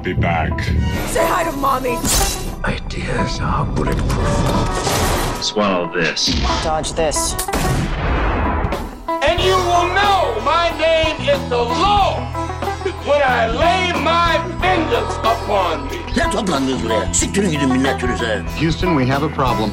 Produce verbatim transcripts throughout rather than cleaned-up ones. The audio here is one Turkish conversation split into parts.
be back. Say hi to mommy. Ideas are bulletproof. Swallow this. Dodge this. And you will know my name is the Lord when I lay my fingers upon me. Ne toplandınız buraya? Siktirin gidin millet türüse. Houston, we have a problem.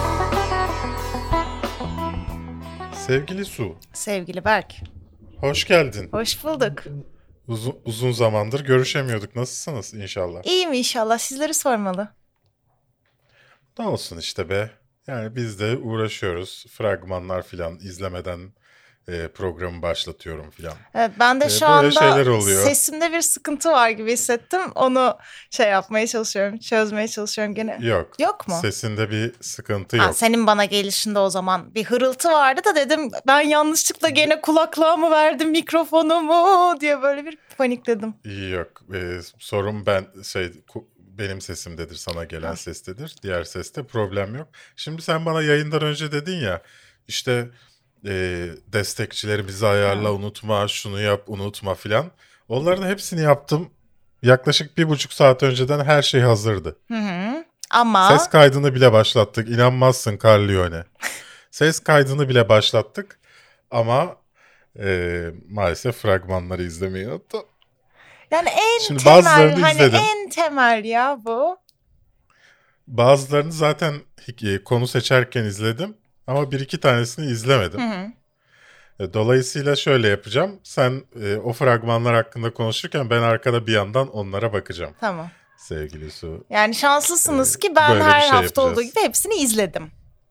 Sevgili Su, Sevgili Berk. hoş geldin. Hoş bulduk. Uzun, uzun zamandır görüşemiyorduk. Nasılsınız inşallah? İyiyim inşallah. Sizleri sormalı. Ne olsun işte be. Yani biz de uğraşıyoruz. Fragmanlar filan izlemeden e, programı başlatıyorum filan. Evet, ben de Ee, şu böyle şeyler anda oluyor. sesimde bir sıkıntı var gibi hissettim. Onu şey yapmaya çalışıyorum. Çözmeye çalışıyorum gene. Yok. Yok mu? Sesinde bir sıkıntı yok. Ha, senin bana gelişinde o zaman bir hırıltı vardı da dedim ben yanlışlıkla gene kulaklığımı verdim mikrofonumu diye böyle bir panikledim. Yok. E, sorun ben şey ku- benim sesimdedir, sana gelen Ha. sestedir. Diğer seste problem yok. Şimdi sen bana yayından önce dedin ya işte e, destekçilerimizi ayarla, unutma, şunu yap, unutma filan. Onların hepsini yaptım. Yaklaşık bir buçuk saat önceden her şey hazırdı. Hı hı. Ama Ses kaydını bile başlattık. İnanmazsın Carlione. Ses kaydını bile başlattık. Ama e, maalesef fragmanları izlemeyi unuttum. yani en Şimdi temel bazılarını hani izledim. en temel ya bu. Bazılarını zaten e, konu seçerken izledim. Ama bir iki tanesini izlemedim. Hı hı. E, Dolayısıyla şöyle yapacağım. Sen e, o fragmanlar hakkında konuşurken ben arkada bir yandan onlara bakacağım. Tamam. Sevgili Su. Yani şanslısınız Ee, ki ben böyle bir her şey hafta yapacağız. olduğu gibi hepsini izledim.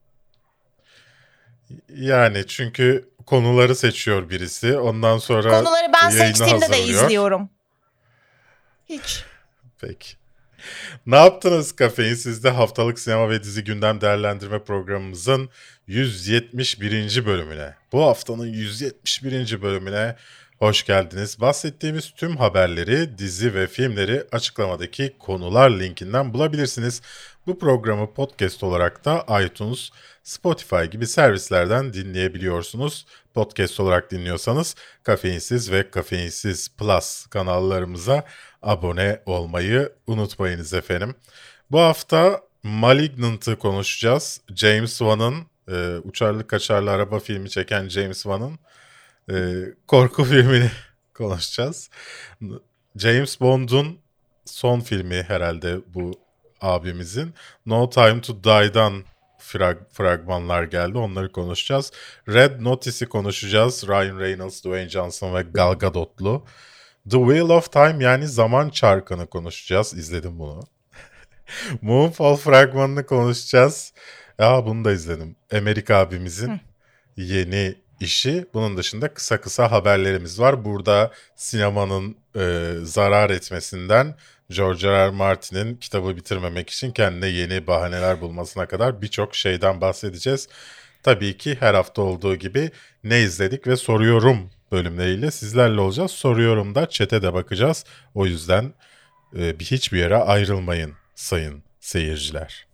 Yani çünkü konuları seçiyor birisi. Ondan sonra Konuları ben yayını seçtiğimde de hazırlıyor. izliyorum. Hiç. Peki. Ne yaptınız Kafeinsiz'de haftalık sinema ve dizi gündem değerlendirme programımızın yüz yetmiş birinci bölümüne. Bu haftanın yüz yetmiş birinci bölümüne hoş geldiniz. Bahsettiğimiz tüm haberleri, dizi ve filmleri açıklamadaki konular linkinden bulabilirsiniz. Bu programı podcast olarak da iTunes, Spotify gibi servislerden dinleyebiliyorsunuz. Podcast olarak dinliyorsanız Kafeinsiz ve Kafeinsiz Plus kanallarımıza abone olmayı unutmayınız efendim. Bu hafta Malignant'ı konuşacağız. James Wan'ın e, uçarlı kaçarlı araba filmi çeken James Wan'ın e, korku filmini konuşacağız. James Bond'un son filmi herhalde bu abimizin. No Time to Die'dan frag- fragmanlar geldi. Onları konuşacağız. Red Notice'i konuşacağız. Ryan Reynolds, Dwayne Johnson ve Gal Gadot'lu. The Wheel of Time yani Zaman Çarkı'nı konuşacağız. İzledim bunu. Moonfall fragmanını konuşacağız. Ya bunu da izledim. Amerika abimizin Hı. yeni işi. Bunun dışında kısa kısa haberlerimiz var. Burada sinemanın e, zarar etmesinden George R. R. Martin'in kitabı bitirmemek için kendine yeni bahaneler bulmasına kadar birçok şeyden bahsedeceğiz. Tabii ki her hafta olduğu gibi ne izledik ve soruyorum bölümleriyle sizlerle olacağız. Soruyorum da chat'e de bakacağız. O yüzden e, bir hiçbir yere ayrılmayın sayın seyirciler.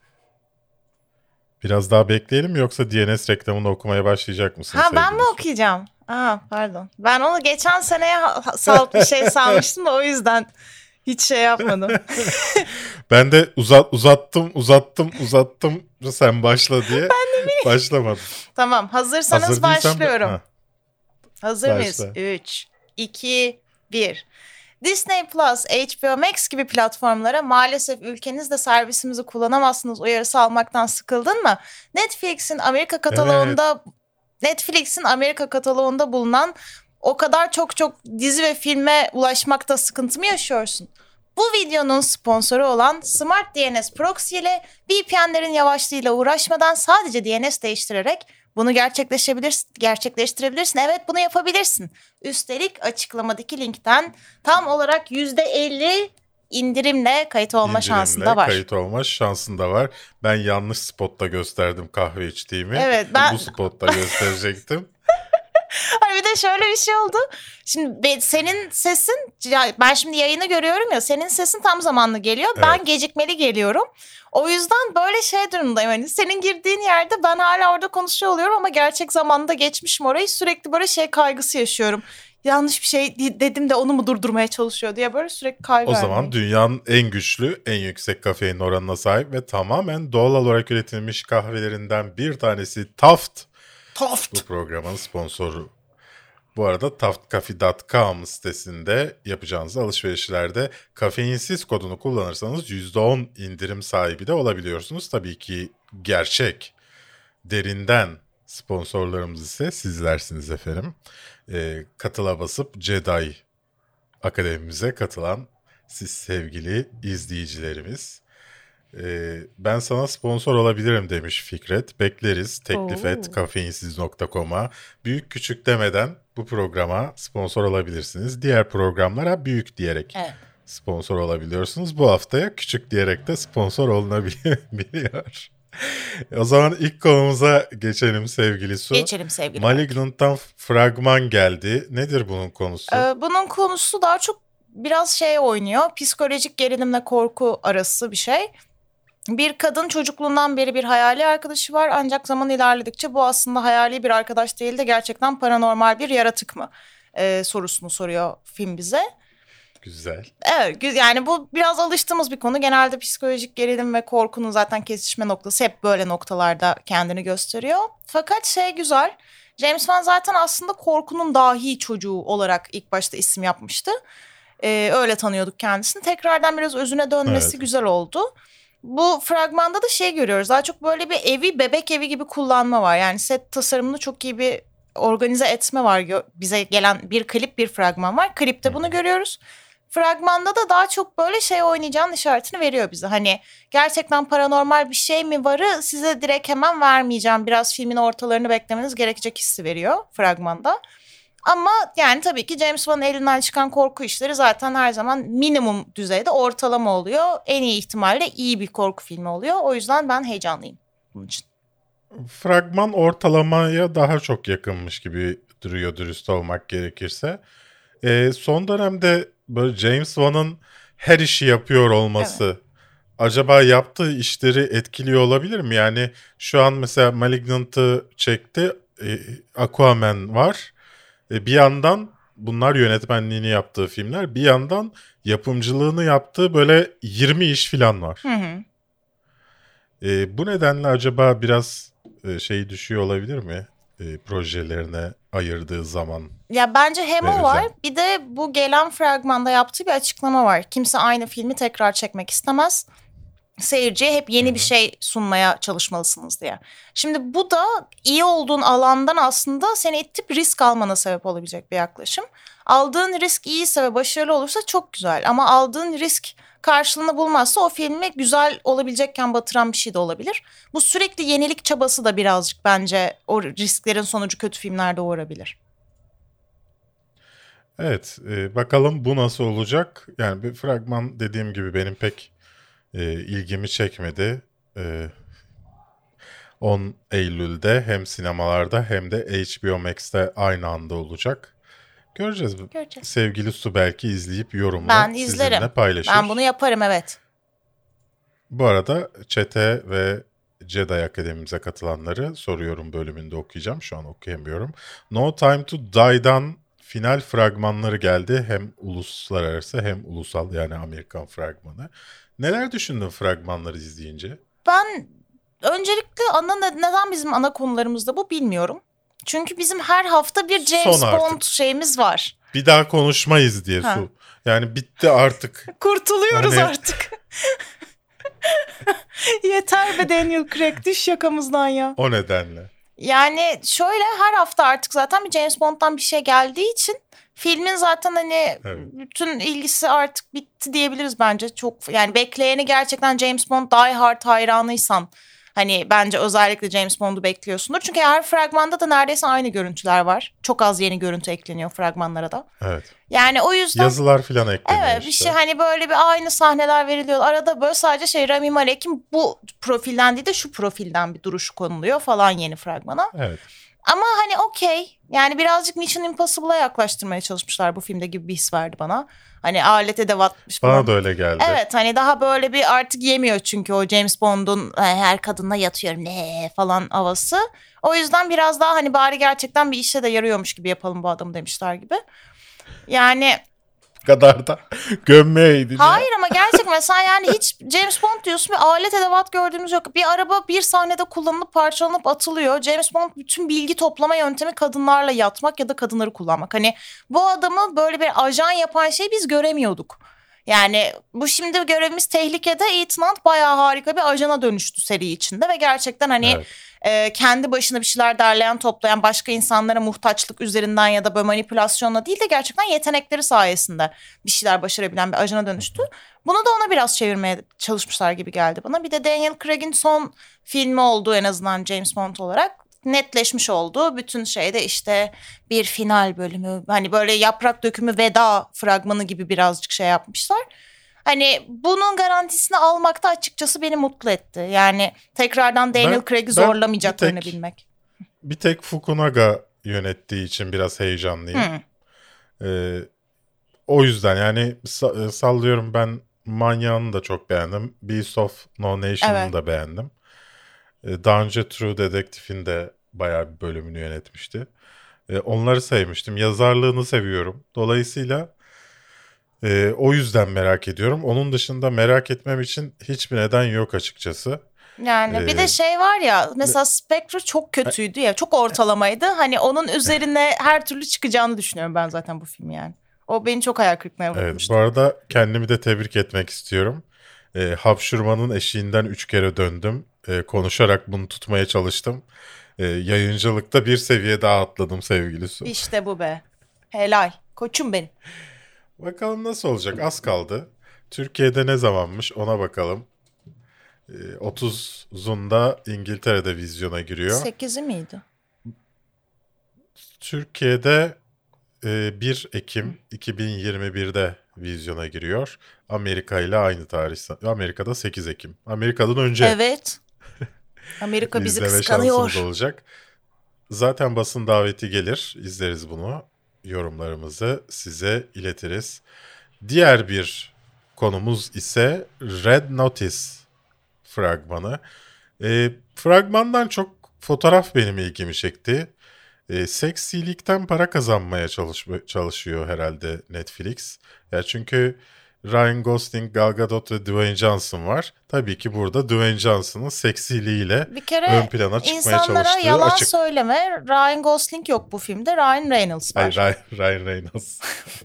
Biraz daha bekleyelim mi yoksa D N S reklamını okumaya başlayacak mısın? Ha ben mi Su? okuyacağım? Aa pardon. Ben onu geçen seneye salt bir şey sanmıştım da o yüzden hiç şey yapmadım. Ben de uzat, uzattım uzattım uzattım sen başla diye ben de başlamadım. Tamam hazırsanız Hazır değilsem de- başlıyorum. Ha. Hazır mıyız? Başla. üç, iki, bir. Disney Plus, H B O Max gibi platformlara maalesef ülkenizde servisimizi kullanamazsınız uyarısı almaktan sıkıldın mı? Netflix'in Amerika kataloğunda Netflix'in Amerika kataloğunda bulunan o kadar çok çok dizi ve filme ulaşmakta sıkıntı mı yaşıyorsun? Bu videonun sponsoru olan Smart D N S Proxy ile V P N'lerin yavaşlığıyla uğraşmadan sadece D N S değiştirerek bunu gerçekleşebilir, gerçekleştirebilirsin. Evet bunu yapabilirsin. Üstelik açıklamadaki linkten tam olarak yüzde elli indirimle kayıt olma İndirimle şansın da var. kayıt olma şansın da var. Ben yanlış spotta gösterdim kahve içtiğimi. Evet, ben- Bu spotta gösterecektim. Ay bir de şöyle bir şey oldu. Şimdi be- senin sesin, ya ben şimdi yayını görüyorum ya, senin sesin tam zamanlı geliyor. Ben Evet. gecikmeli geliyorum. O yüzden böyle şey durumdayım. Hani senin girdiğin yerde ben hala orada konuşuyor oluyorum ama gerçek zamanda geçmişim orayı. Sürekli böyle şey kaygısı yaşıyorum. yanlış bir şey dedim de onu mu durdurmaya çalışıyor diye böyle sürekli kaygı. O zaman dünyanın en güçlü, en yüksek kafein oranına sahip ve tamamen doğal olarak üretilmiş kahvelerinden bir tanesi Taft. Taft. Bu programın sponsoru. Bu arada taft coffee nokta com sitesinde yapacağınız alışverişlerde kafeinsiz kodunu kullanırsanız yüzde on indirim sahibi de olabiliyorsunuz. Tabii ki gerçek, derinden sponsorlarımız ise sizlersiniz efendim. Ee, katıla basıp Jedi Akademimize katılan siz sevgili izleyicilerimiz. Ee, ben sana sponsor olabilirim demiş Fikret. Bekleriz. Teklif Oo. et kafeinsiz nokta com'a. Büyük küçük demeden bu programa sponsor olabilirsiniz. Diğer programlara büyük diyerek Evet. sponsor olabiliyorsunuz. Bu haftaya küçük diyerek de sponsor olunabiliyor. O zaman ilk konumuza geçelim sevgili Su. Geçelim sevgili. Malignant'tan fragman geldi. Nedir bunun konusu? Ee, bunun konusu daha çok biraz şey oynuyor. Psikolojik gerilimle korku arası bir şey. Bir kadın çocukluğundan beri bir hayali arkadaşı var. Ancak zaman ilerledikçe bu aslında hayali bir arkadaş değil de gerçekten paranormal bir yaratık mı? Ee, sorusunu soruyor film bize. Güzel. Evet, yani bu biraz alıştığımız bir konu. Genelde psikolojik gerilim ve korkunun zaten kesişme noktası hep böyle noktalarda kendini gösteriyor. Fakat şey güzel, James Wan zaten aslında korkunun dahi çocuğu olarak ilk başta isim yapmıştı. Ee, öyle tanıyorduk kendisini. Tekrardan biraz özüne dönmesi Evet. güzel oldu. Bu fragmanda da şey görüyoruz. Daha çok böyle bir evi bebek evi gibi kullanma var. Yani set tasarımını çok iyi bir organize etme var. Bize gelen bir klip, bir fragman var. Klipte bunu görüyoruz. Fragmanda da daha çok böyle şey oynayacağının işaretini veriyor bize. Hani gerçekten paranormal bir şey mi varı size direkt hemen vermeyeceğim. Biraz filmin ortalarını beklemeniz gerekecek hissi veriyor fragmanda. Ama yani tabii ki James Wan'ın elinden çıkan korku işleri zaten her zaman minimum düzeyde ortalama oluyor. En iyi ihtimalle iyi bir korku filmi oluyor. O yüzden ben heyecanlıyım bunun için. Fragman ortalamaya daha çok yakınmış gibi duruyor dürüst olmak gerekirse. Ee, son dönemde böyle James Wan'ın her işi yapıyor olması Evet. acaba yaptığı işleri etkiliyor olabilir mi? Yani şu an mesela Malignant'ı çekti, e, Aquaman var. E, bir yandan bunlar yönetmenliğini yaptığı filmler, bir yandan yapımcılığını yaptığı böyle yirmi iş falan var. Hı hı. E, bu nedenle acaba biraz e, şey düşüyor olabilir mi? E, projelerine ayırdığı zaman. Ya bence hem Ve o var, özen. bir de bu gelen fragmanda yaptığı bir açıklama var. Kimse aynı filmi tekrar çekmek istemez. Seyirciye hep yeni Hı hı. bir şey sunmaya çalışmalısınız diye. Şimdi bu da iyi olduğun alandan aslında seni itip risk almana sebep olabilecek bir yaklaşım. Aldığın risk iyiyse ve başarılı olursa çok güzel. Ama aldığın risk karşılığını bulmazsa o filmi güzel olabilecekken batıran bir şey de olabilir. Bu sürekli yenilik çabası da birazcık bence o risklerin sonucu kötü filmler doğurabilir. Evet, e, bakalım bu nasıl olacak? Yani bir fragman dediğim gibi benim pek e, ilgimi çekmedi. E, on Eylül'de hem sinemalarda hem de H B O Max'te aynı anda olacak. Göreceğiz. Göreceğiz. Sevgili Su belki izleyip yorumla Ben sizinle izlerim. paylaşır. Ben bunu yaparım, evet. Bu arada chat'e ve Jedi Akademimize katılanları soruyorum bölümünde okuyacağım. Şu an okuyamıyorum. No Time to Die'dan final fragmanları geldi. Hem uluslararası hem ulusal, yani Amerikan fragmanı. Neler düşündün fragmanları izleyince? Ben öncelikle ana neden bizim ana konularımızda bu bilmiyorum. Çünkü bizim her hafta bir James Son Bond artık. şeyimiz var. Bir daha konuşmayız diye Ha. Su. Yani bitti artık. Kurtuluyoruz Hani- artık. Yeter be Daniel Craig, düş yakamızdan ya. O nedenle. Yani şöyle, her hafta artık zaten bir James Bond'dan bir şey geldiği için filmin zaten hani Evet. bütün ilgisi artık bitti diyebiliriz bence. Çok yani bekleyeni gerçekten James Bond Die Hard hayranıysan hani bence özellikle James Bond'u bekliyorsundur. Çünkü her fragmanda da neredeyse aynı görüntüler var. Çok az yeni görüntü ekleniyor fragmanlara da. Evet. Yani o yüzden Yazılar falan ekleniyor evet, bir işte. şey hani böyle bir aynı sahneler veriliyor. Arada böyle sadece şey, Rami Malek'in bu profilden değil de şu profilden bir duruşu konuluyor falan yeni fragmana. Evet. Ama hani okey. Yani birazcık Mission Impossible'a yaklaştırmaya çalışmışlar bu filmde gibi bir his verdi bana. Hani alet edevatmış falan. Bana da öyle geldi. Evet, hani daha böyle bir artık yemiyor çünkü o James Bond'un her kadınla yatıyorum ne falan havası. O yüzden biraz daha hani bari gerçekten bir işe de yarıyormuş gibi yapalım bu adamı demişler gibi. Yani kadar da gömmeyeydin hayır ya. ama gerçek mesela yani hiç James Bond diyorsun bir alet edevat gördüğümüz yok. Bir araba bir sahnede kullanılıp parçalanıp atılıyor. James Bond bütün bilgi toplama yöntemi kadınlarla yatmak ya da kadınları kullanmak. Hani bu adamı böyle bir ajan yapan şeyi biz göremiyorduk. Yani bu şimdi görevimiz tehlikede. Ethan Hunt bayağı harika bir ajana dönüştü seri içinde ve gerçekten hani Evet. e, kendi başına bir şeyler derleyen toplayan başka insanlara muhtaçlık üzerinden ya da böyle manipülasyonla değil de gerçekten yetenekleri sayesinde bir şeyler başarabilen bir ajana dönüştü. Bunu da ona biraz çevirmeye çalışmışlar gibi geldi bana. Bir de Daniel Craig'in son filmi olduğu en azından James Bond olarak netleşmiş oldu. Bütün şeyde işte bir final bölümü hani böyle yaprak dökümü veda fragmanı gibi birazcık şey yapmışlar. Hani bunun garantisini almak da açıkçası beni mutlu etti. Yani tekrardan Daniel Ben- Craig'i ben zorlamayacaklarını bir tek- bilmek. Bir tek Fukunaga yönettiği için biraz heyecanlıyım. Hı. Ee, o yüzden yani sa- sallıyorum, ben Manyağını da çok beğendim. Beast of No Nation'ı Evet. da beğendim. Ee, daha önce True Detective'in de bayağı bir bölümünü yönetmişti. Ee, onları sevmiştim. Yazarlığını seviyorum. Dolayısıyla e, o yüzden merak ediyorum. Onun dışında merak etmem için hiçbir neden yok açıkçası. Yani bir de Ee, şey var ya mesela Spectre çok kötüydü ya çok ortalamaydı. Hani onun üzerine her türlü çıkacağını düşünüyorum ben zaten bu film yani. O beni çok hayal kırıklığına Evet, vurmuştu. bu arada kendimi de tebrik etmek istiyorum. Ee, hapşurmanın eşiğinden üç kere döndüm. Ee, konuşarak bunu tutmaya çalıştım. Ee, yayıncılıkta bir seviye daha atladım sevgili Su. İşte bu be. Helal. Koçum benim. Bakalım nasıl olacak? Az kaldı. Türkiye'de ne zamanmış ona bakalım. Ee, otuzunda İngiltere'de vizyona giriyor. sekizi miydi? Türkiye'de e, bir Ekim iki bin yirmi birde vizyona giriyor. Amerika ile aynı tarih. Amerika'da sekiz Ekim. Amerika'dan önce Evet. Amerika bizi izleme kıskanıyor. şansımız olacak. Zaten basın daveti gelir. İzleriz bunu. Yorumlarımızı size iletiriz. Diğer bir konumuz ise Red Notice fragmanı. E, fragmandan çok fotoğraf benim ilgimi çekti. E, seksilikten para kazanmaya çalış çalışıyor herhalde Netflix. Ya çünkü Ryan Gosling, Gal Gadot ve Dwayne Johnson var. Tabii ki burada Dwayne Johnson'ın seksiliğiyle Bir kere ön plana çıkmaya insanlara çalıştığı yalan açık. söyleme. Ryan Gosling yok bu filmde. Ryan Reynolds var. Ay, Ryan, Ryan Reynolds.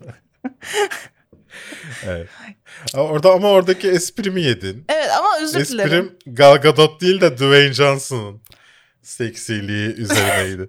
Evet. Ama Orada ama oradaki esprimi yedin. Evet ama özür dilerim. Esprim Gal Gadot değil de Dwayne Johnson'ın seksiliği üzerineydi.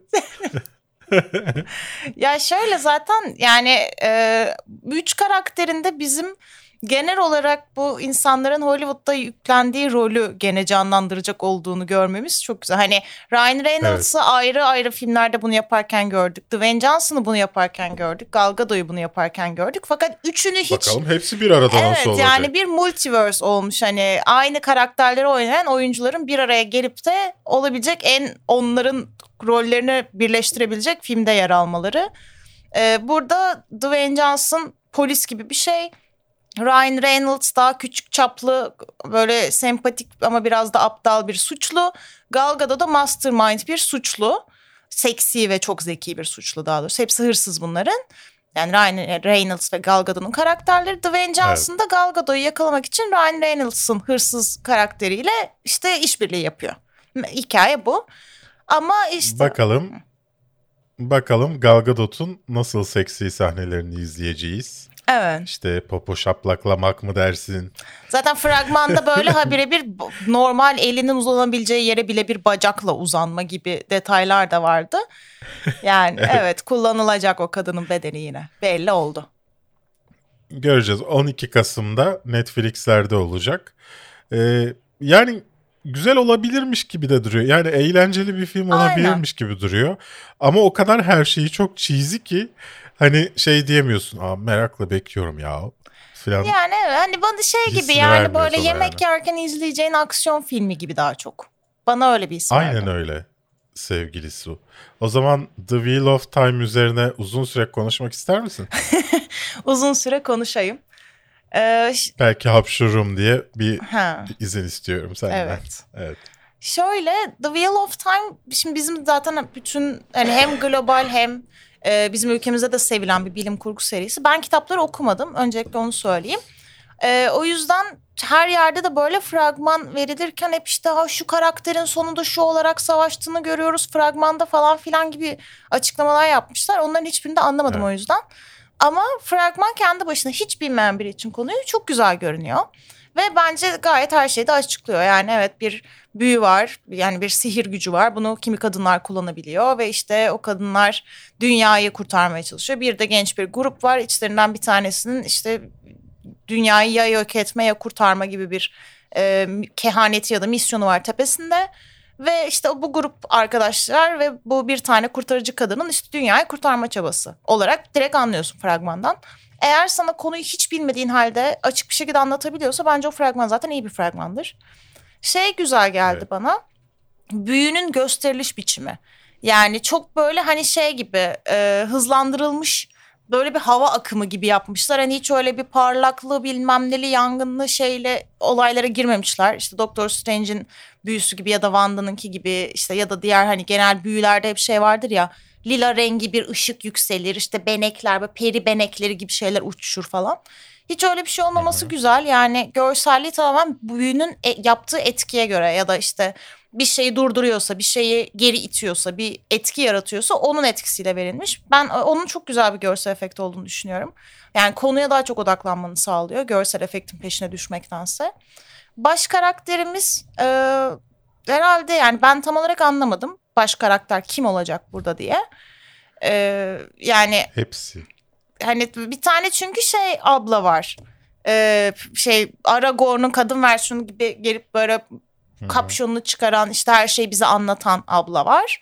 Ya şöyle zaten yani e, üç karakterinde bizim genel olarak bu insanların Hollywood'da yüklendiği rolü gene canlandıracak olduğunu görmemiz çok güzel. Hani Ryan Reynolds'ı ayrı ayrı filmlerde bunu yaparken gördük. Dwayne Johnson'ı bunu yaparken gördük. Gal Gadot'u bunu yaparken gördük. Fakat üçünü hiç... Bakalım hepsi bir arada Evet, nasıl olacak? yani bir multiverse olmuş. Hani aynı karakterleri oynayan oyuncuların bir araya gelip de olabilecek en onların rollerini birleştirebilecek filmde yer almaları. Ee, burada Dwayne Johnson polis gibi bir şey. Ryan Reynolds daha küçük çaplı böyle sempatik ama biraz da aptal bir suçlu. Gal Gadot da mastermind bir suçlu. Seksi ve çok zeki bir suçlu daha doğrusu. Hepsi hırsız bunların. Yani Ryan Reynolds ve Gal Gadot'un karakterleri. Dwayne Johnson da Gal Gadot'u yakalamak için Ryan Reynolds'ın hırsız karakteriyle işte işbirliği yapıyor. Hikaye bu. Ama işte... Bakalım. Bakalım Gal Gadot'un nasıl seksi sahnelerini izleyeceğiz. Evet. İşte popo şaplaklamak mı dersin? Zaten fragmanda böyle ha birebir normal elinin uzanabileceği yere bile bir bacakla uzanma gibi detaylar da vardı. Yani evet. evet kullanılacak o kadının bedeni yine. Belli oldu. Göreceğiz. on iki Kasım'da Netflix'lerde olacak. Ee, yani güzel olabilirmiş gibi de duruyor. Yani eğlenceli bir film olabilirmiş Aynen. gibi duruyor. Ama o kadar her şeyi çok cheesy ki hani şey diyemiyorsun. Aa, merakla bekliyorum ya. Falan. Yani evet hani bana şey gibi yani böyle yemek yani. yerken izleyeceğin aksiyon filmi gibi daha çok. Bana öyle bir his Aynen verdi. öyle. sevgili Su. O zaman The Wheel of Time üzerine uzun süre konuşmak ister misin? Uzun süre konuşayım. Ee, ş- Belki hapşururum diye bir ha, izin istiyorum senden. evet. Evet. Şöyle The Wheel of Time şimdi bizim zaten bütün hani hem global hem e, bizim ülkemizde de sevilen bir bilim kurgu serisi. Ben kitapları okumadım. Öncelikle onu söyleyeyim. E, o yüzden her yerde de böyle fragman verilirken hep işte ha, şu karakterin sonunda şu olarak savaştığını görüyoruz fragmanda falan filan gibi açıklamalar yapmışlar. Onların hiçbirini de anlamadım Evet. o yüzden. Ama fragman kendi başına hiç bilmeyen biri için konuyu çok güzel görünüyor. Ve bence gayet her şeyi de açıklıyor. Yani evet bir büyü var, yani bir sihir gücü var. Bunu kimi kadınlar kullanabiliyor ve işte o kadınlar dünyayı kurtarmaya çalışıyor. Bir de genç bir grup var. İçlerinden bir tanesinin işte dünyayı ya yok etme ya kurtarma gibi bir e, kehaneti ya da misyonu var tepesinde. Ve işte bu grup arkadaşlar ve bu bir tane kurtarıcı kadının işte dünyayı kurtarma çabası olarak direkt anlıyorsun fragmandan. Eğer sana konuyu hiç bilmediğin halde açık bir şekilde anlatabiliyorsa bence o fragman zaten iyi bir fragmandır. Şey güzel geldi Evet. bana. Büyünün gösteriliş biçimi. Yani çok böyle hani şey gibi e, hızlandırılmış böyle bir hava akımı gibi yapmışlar. Hani hiç öyle bir parlaklı bilmem neli yangınlı şeyle olaylara girmemişler. İşte Doctor Strange'in büyüsü gibi ya da Wanda'nınki gibi işte ya da diğer hani genel büyülerde hep şey vardır ya. Lila rengi bir ışık yükselir işte benekler böyle peri benekleri gibi şeyler uçuşur falan. Hiç öyle bir şey olmaması Hı hı. güzel yani görselliği tamamen büyünün e- yaptığı etkiye göre ya da işte bir şeyi durduruyorsa bir şeyi geri itiyorsa bir etki yaratıyorsa onun etkisiyle verilmiş. Ben onun çok güzel bir görsel efekt olduğunu düşünüyorum. Yani konuya daha çok odaklanmanı sağlıyor görsel efektin peşine düşmektense. Baş karakterimiz e, herhalde yani ben tam olarak anlamadım baş karakter kim olacak burada diye. E, yani Hepsi. hani bir tane çünkü şey abla var. Ee, şey Aragorn'un kadın versiyonu gibi gelip böyle kapşonunu çıkaran işte her şeyi bize anlatan abla var.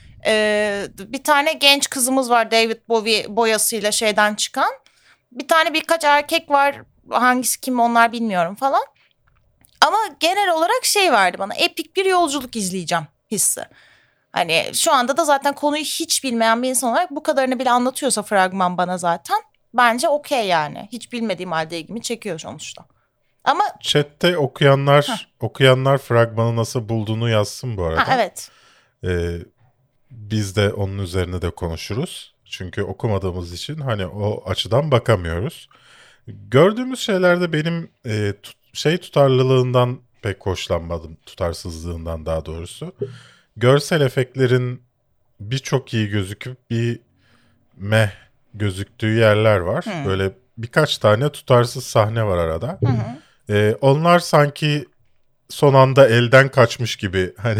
Ee, bir tane genç kızımız var David Bowie boyasıyla şeyden çıkan. Bir tane birkaç erkek var hangisi kim onlar bilmiyorum falan. Ama genel olarak şey verdi bana epik bir yolculuk izleyeceğim hissi. Hani şu anda da zaten konuyu hiç bilmeyen bir insan olarak bu kadarını bile anlatıyorsa fragman bana zaten. Bence okey yani. Hiç bilmediğim halde ilgimi çekiyor sonuçta. Ama Chat'te okuyanlar Heh. okuyanlar fragmanı nasıl bulduğunu yazsın bu arada. ha, evet. Ee, biz de onun üzerine de konuşuruz. Çünkü okumadığımız için hani o açıdan bakamıyoruz. Gördüğümüz şeylerde benim e, tut- şey tutarlılığından pek hoşlanmadım. Tutarsızlığından daha doğrusu. Görsel efektlerin birçok iyi gözüküp bir meh gözüktüğü yerler var. Hmm. Böyle birkaç tane tutarsız sahne var arada. Hı hı. Ee, onlar sanki son anda elden kaçmış gibi hani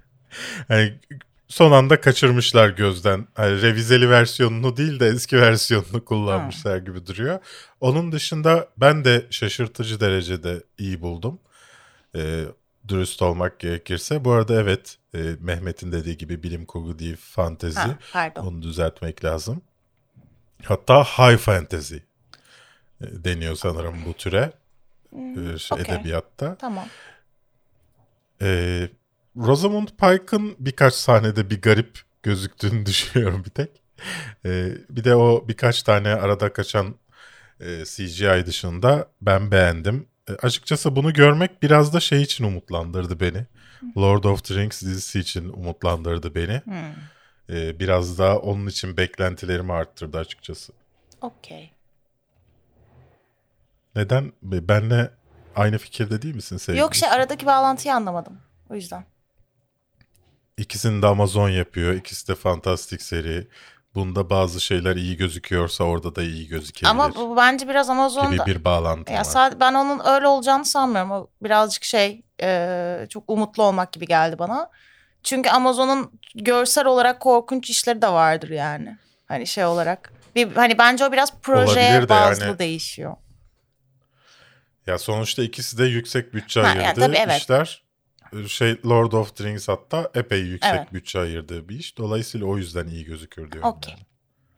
hani son anda kaçırmışlar gözden. Hani revizeli versiyonunu değil de eski versiyonunu kullanmışlar gibi duruyor. Onun dışında ben de şaşırtıcı derecede iyi buldum. Ee, dürüst olmak gerekirse. Bu arada evet e, Mehmet'in dediği gibi bilim kurgu değil fantezi. Ha, pardon. Onu düzeltmek lazım. Hatta high fantasy e, deniyor sanırım bu türe e, şey, okey. edebiyatta. Tamam. Ee, Rosamund Pike'ın birkaç sahnede bir garip gözüktüğünü düşünüyorum bir tek. Ee, bir de o birkaç tane arada kaçan e, C G I dışında ben beğendim. E, açıkçası bunu görmek biraz da şey için umutlandırdı beni. Lord of the Rings dizisi için umutlandırdı beni. Hmm. Ee, biraz daha onun için beklentilerimi arttırdı açıkçası. Okey. Neden? Be- Benle aynı fikirde değil misin sevgili? Yok şey aradaki bağlantıyı anlamadım. O yüzden. İkisini de Amazon yapıyor. İkisi de fantastik seri. Bunda bazı şeyler iyi gözüküyorsa orada da iyi gözükebilir. Ama bu bence biraz Amazon'da. gibi bir bağlantı Ya var. sadece ben onun öyle olacağını sanmıyorum. O birazcık şey e, çok umutlu olmak gibi geldi bana. Çünkü Amazon'un görsel olarak korkunç işleri de vardır yani. Hani şey olarak. Bir, hani bence o biraz projeye Olabilir de bazlı yani- değişiyor. Ya sonuçta ikisi de yüksek bütçe Ha, yani ayırdığı tabii evet. işler. Şey Lord of the Rings hatta epey yüksek Evet. bütçe ayırdığı bir iş. Dolayısıyla o yüzden iyi gözükür diyorum. Okey. Yani.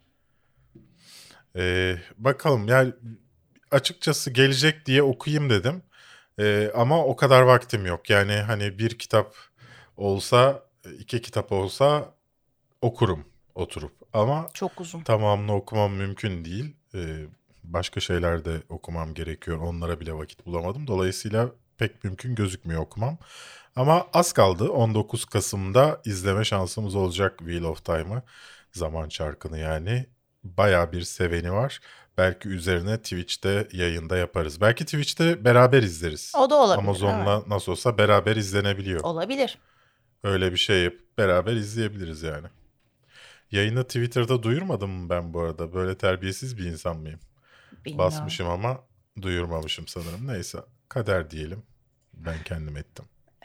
Ee, bakalım yani açıkçası gelecek diye okuyayım dedim. Ee, ama o kadar vaktim yok. Yani hani bir kitap olsa iki kitap olsa okurum oturup. Ama Çok uzun. tamamını okumam mümkün değil. Ee, başka şeyler de okumam gerekiyor. Onlara bile vakit bulamadım. Dolayısıyla pek mümkün gözükmüyor okumam. Ama az kaldı. on dokuz Kasım'da izleme şansımız olacak Wheel of Time'ı. Zaman Çarkı'nı yani. Bayağı bir seveni var. Belki üzerine Twitch'te yayında yaparız. Belki Twitch'te beraber izleriz. O da olabilir. Amazon'la evet. nasıl olsa beraber izlenebiliyor. Olabilir. Öyle bir şey yapıp beraber izleyebiliriz yani. Yayını Twitter'da duyurmadım mı ben bu arada? Böyle terbiyesiz bir insan mıyım? Bilmiyorum. Basmışım ama duyurmamışım sanırım. Neyse kader diyelim. Ben kendim ettim.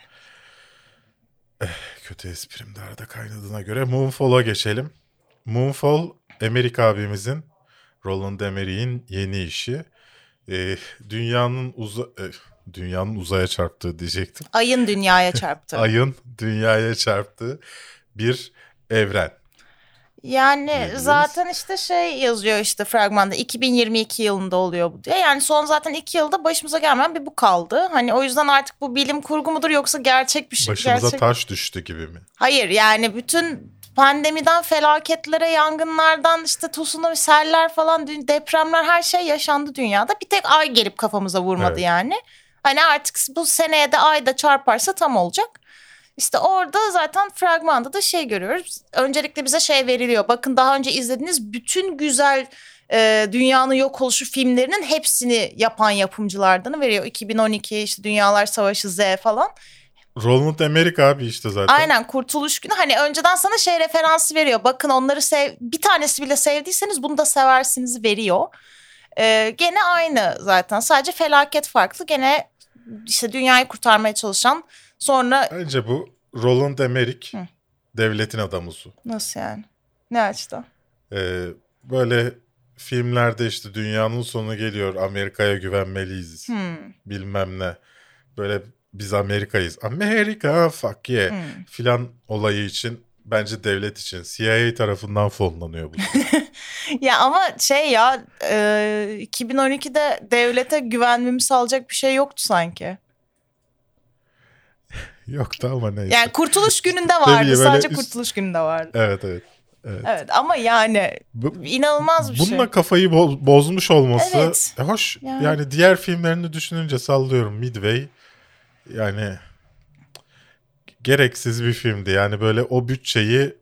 Eh, kötü esprim de arada kaynadığına göre Moonfall'a geçelim. Moonfall, Amerika abimizin, Roland Emmerich'in yeni işi. Ee, dünyanın uza e, dünyanın uzaya çarptığı diyecektim. Ayın dünyaya çarptı. Ayın dünyaya çarptığı bir evren. Yani diyebiliriz. zaten işte şey yazıyor işte fragmanda iki bin yirmi iki yılında oluyor bu diye. Yani son zaten iki yılda başımıza gelmeyen bir bu kaldı. Hani o yüzden artık bu bilim kurgu mudur yoksa gerçek bir şey. Başımıza gerçek... taş düştü gibi mi? Hayır yani bütün pandemiden felaketlere, yangınlardan işte tsunami, seller falan, depremler her şey yaşandı dünyada. Bir tek ay gelip kafamıza vurmadı Evet. yani. Hani artık bu seneye de ay da çarparsa tam olacak. İşte orada zaten fragmanda da şey görüyoruz. Öncelikle bize şey veriliyor. Bakın daha önce izlediğiniz bütün güzel e, dünyanın yok oluşu filmlerinin hepsini yapan yapımcılardan veriyor. iki bin on iki işte Dünyalar Savaşı Z falan. Roland Emmerich abi işte zaten. Aynen Kurtuluş Günü. Hani önceden sana şey referansı veriyor. Bakın onları sev, bir tanesi bile sevdiyseniz bunu da seversiniz veriyor. Ee, gene aynı zaten. Sadece felaket farklı. Gene işte dünyayı kurtarmaya çalışan sonra... Bence bu Roland Emmerich Hı. devletin adamı su. Nasıl yani? Ne açıdan? Ee, böyle filmlerde işte dünyanın sonu geliyor, Amerika'ya güvenmeliyiz Hmm. bilmem ne. Böyle biz Amerika'yız. Amerika fuck yeah Hmm. filan olayı için bence devlet için C I A tarafından fonlanıyor bu. Ya ama şey ya e, iki bin on ikide devlete güvenmemi sağlayacak bir şey yoktu sanki. Yoktu ama neyse. Yani Kurtuluş Günü'nde vardı. Tabii böyle Sadece üst- Kurtuluş Günü'nde vardı. Evet evet. Evet. Evet ama yani Bu, inanılmaz bir bununla şey. kafayı bo- bozmuş olması Evet. e, hoş. Yani. Yani diğer filmlerini düşününce sallıyorum Midway. Yani gereksiz bir filmdi. Yani böyle o bütçeyi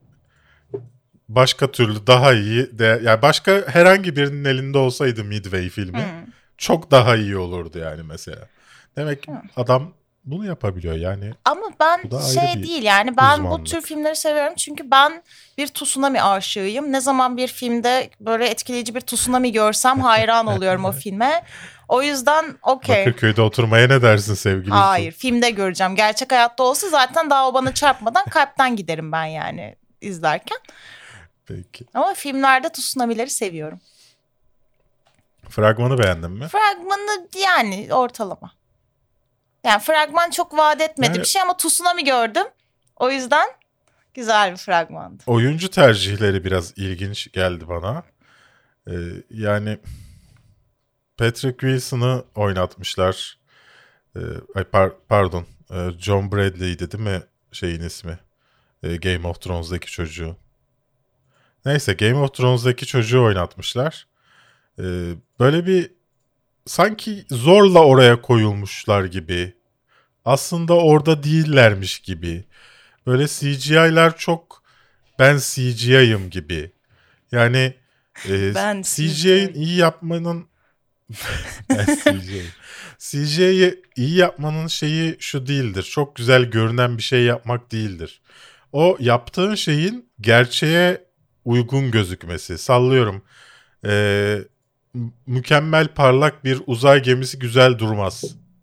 başka türlü daha iyi de, yani başka herhangi birinin elinde olsaydı Midway filmi Hmm. çok daha iyi olurdu yani mesela. Demek ki Hmm. adam bunu yapabiliyor yani. Ama ben Bu da ayrı şey bir değil yani ben bu uzmanlık. tür filmleri seviyorum çünkü ben bir tsunami aşığıyım. Ne zaman bir filmde böyle etkileyici bir tsunami görsem hayran oluyorum o filme. O yüzden okey. Bakırköy'de oturmaya ne dersin sevgili? Hayır, filmde göreceğim. Gerçek hayatta olsa zaten daha o bana çarpmadan kalpten giderim ben yani izlerken. Peki. Ama filmlerde tsunami'leri seviyorum. Fragmanı beğendin mi? Fragmanı yani ortalama. Yani fragman çok vaat etmedi Yani- bir şey ama tsunami gördüm. O yüzden güzel bir fragmandı. Oyuncu tercihleri biraz ilginç geldi bana. Ee, yani Patrick Wilson'ı oynatmışlar. Ee, ay par- pardon, Ee, John Bradley'di değil mi şeyin ismi? Ee, Game of Thrones'daki çocuğu. Neyse Game of Thrones'daki çocuğu oynatmışlar. Ee, böyle bir sanki zorla oraya koyulmuşlar gibi. Aslında orada değillermiş gibi. Böyle C G I'lar çok ben C G I'yım gibi. Yani e, Ben C G I'yi iyi yapmanın ben C G I. C G I'yi iyi yapmanın şeyi şu değildir. Çok güzel görünen bir şey yapmak değildir. O yaptığın şeyin gerçeğe uygun gözükmesi. Sallıyorum. E, m- mükemmel parlak bir uzay gemisi güzel durmaz.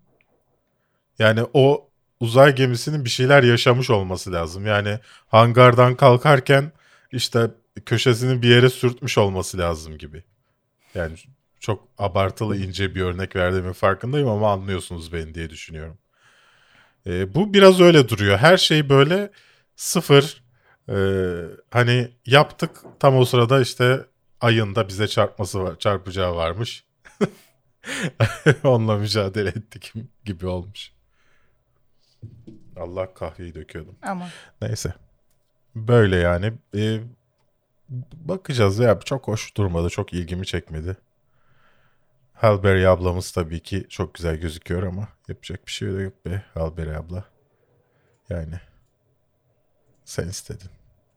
Yani o uzay gemisinin bir şeyler yaşamış olması lazım. Yani hangardan kalkarken işte köşesini bir yere sürtmüş olması lazım gibi. Yani çok abartılı ince bir örnek verdiğimin farkındayım ama anlıyorsunuz beni diye düşünüyorum. Ee, bu biraz öyle duruyor. Her şey böyle sıfır. Ee, hani yaptık tam o sırada işte ayın da bize çarpması var, çarpacağı varmış. Onunla mücadele ettik gibi olmuş. Allah kahveyi döküyordum. Ama Neyse. Böyle yani. Ee, bakacağız ya. Çok hoş durmadı. Çok ilgimi çekmedi. Halle Berry ablamız tabii ki çok güzel gözüküyor ama yapacak bir şey de yok be Halle Berry abla. Yani sen istedin.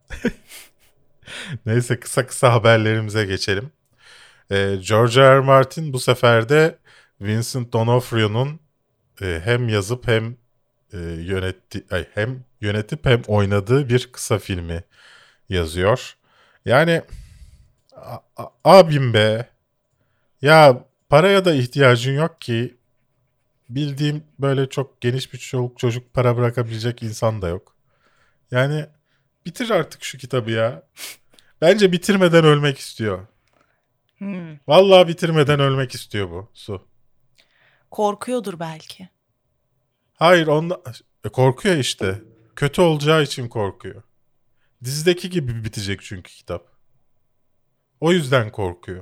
Neyse kısa kısa haberlerimize geçelim. Ee, George R. R. Martin bu sefer de Vincent D'Onofrio'nun e, hem yazıp hem e, yönetti, ay, hem yönetip hem oynadığı bir kısa filmi yazıyor. Yani a- a- abim be ya paraya da ihtiyacın yok ki, bildiğim böyle çok geniş bir çoluk çocuk para bırakabilecek insan da yok. Yani bitir artık şu kitabı ya. Bence bitirmeden ölmek istiyor. Hmm. Vallahi bitirmeden ölmek istiyor bu Su. Korkuyordur belki. Hayır onda e, korkuyor işte. Kötü olacağı için korkuyor. Dizideki gibi bitecek çünkü kitap. O yüzden korkuyor.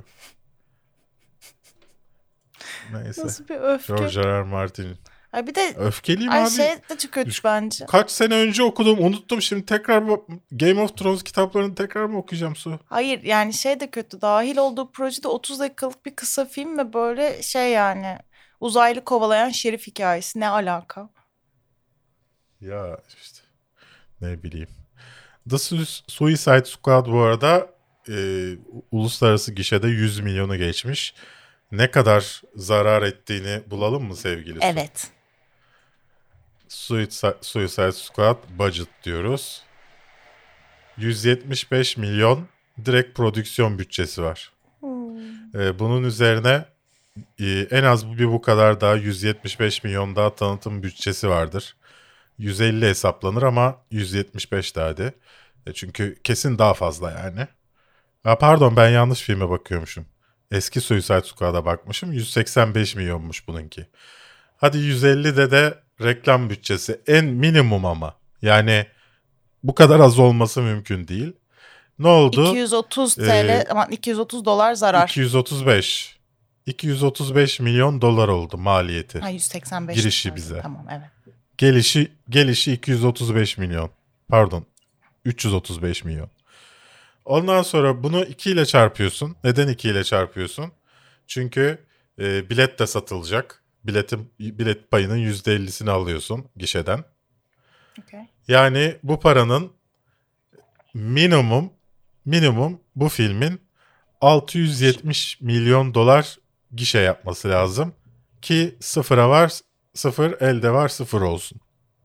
Neyse. Nasıl bir öfke. George R. R. Martin. Ay bir de Öfkeliyim ay abi. şey de çok kötü bence. Kaç sene önce okudum, unuttum. Şimdi tekrar bu Game of Thrones kitaplarını tekrar mı okuyacağım Su? Hayır yani şey de kötü. Dahil olduğu projede otuz dakikalık bir kısa film ve böyle şey yani uzaylı kovalayan şerif hikayesi. Ne alaka? Ya işte ne bileyim. The Su- Suicide Squad bu arada e, uluslararası gişede yüz milyonu geçmiş. Ne kadar zarar ettiğini bulalım mı sevgili Su? Evet. Suicide, Suicide Squad budget diyoruz. yüz yetmiş beş milyon direkt prodüksiyon bütçesi var. Hmm. Ee, bunun üzerine e, en az bir bu kadar daha yüz yetmiş beş milyon daha tanıtım bütçesi vardır. yüz elli hesaplanır ama yüz yetmiş beş de hadi. E, çünkü kesin daha fazla yani. Ha, pardon ben yanlış filme bakıyormuşum. Eski Suicide Squad'a bakmışım. yüz seksen beş milyonmuş bununki. Hadi yüz ellide de reklam bütçesi en minimum ama. Yani bu kadar az olması mümkün değil. Ne oldu? iki yüz otuz T L Ee, aman iki yüz otuz dolar zarar. iki yüz otuz beş. iki yüz otuz beş milyon dolar oldu maliyeti. Ha yüz seksen beş. Girişi pardon. bize. Tamam evet. Gelişi gelişi iki yüz otuz beş milyon. Pardon. üç yüz otuz beş milyon. Ondan sonra bunu iki ile çarpıyorsun. Neden iki ile çarpıyorsun? Çünkü e, bilet de satılacak. Biletin bilet payının yüzde ellisini alıyorsun gişeden. Okay. Yani bu paranın minimum minimum bu filmin altı yüz yetmiş milyon dolar gişe yapması lazım ki sıfıra var sıfır, elde var sıfır olsun.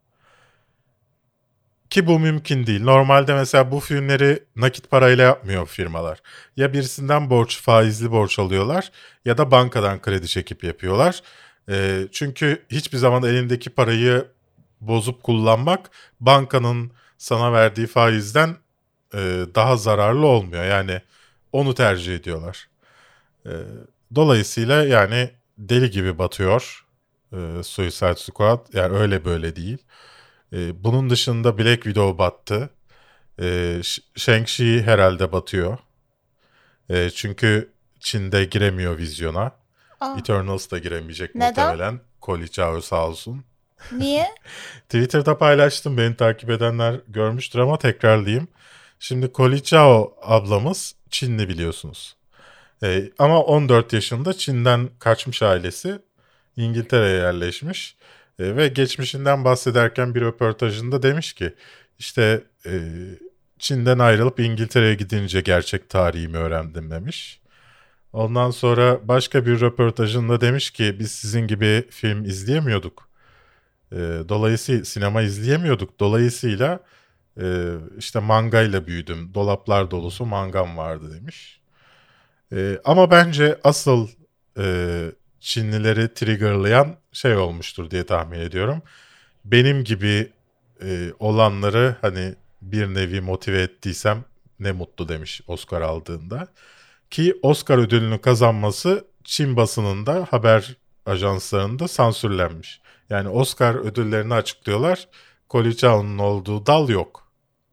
Ki bu mümkün değil. Normalde mesela bu filmleri nakit parayla yapmıyor firmalar. Ya birisinden borç, faizli borç alıyorlar ya da bankadan kredi çekip yapıyorlar. E, çünkü hiçbir zaman elindeki parayı bozup kullanmak bankanın sana verdiği faizden e, daha zararlı olmuyor. Yani onu tercih ediyorlar. E, dolayısıyla yani deli gibi batıyor e, Suicide Squad. Yani öyle böyle değil. E, bunun dışında Black Widow battı. E, Shang-Chi herhalde batıyor. E, çünkü Çin'de giremiyor vizyona. Aa, Eternals da giremeyecek neden? muhtemelen. Koli Chao sağ olsun. Niye? Twitter'da paylaştım. Beni takip edenler görmüştür ama tekrarlayayım. Şimdi Koli Chao ablamız Çinli biliyorsunuz. Ee, ama on dört yaşında Çin'den kaçmış ailesi. İngiltere'ye yerleşmiş. Ee, ve geçmişinden bahsederken bir röportajında demiş ki işte e, Çin'den ayrılıp İngiltere'ye gidince gerçek tarihimi öğrendim demiş. Ondan sonra başka bir röportajında demiş ki biz sizin gibi film izleyemiyorduk. E, dolayısıyla sinema izleyemiyorduk. Dolayısıyla e, işte mangayla büyüdüm. Dolaplar dolusu mangam vardı demiş. E, ama bence asıl e, Çinlileri triggerlayan şey olmuştur diye tahmin ediyorum. Benim gibi e, olanları hani bir nevi motive ettiysem ne mutlu demiş Oscar aldığında. Ki Oscar ödülünü kazanması Çin basınında, haber ajanslarında sansürlenmiş. Yani Oscar ödüllerini açıklıyorlar. Koli Chao'nun olduğu dal yok.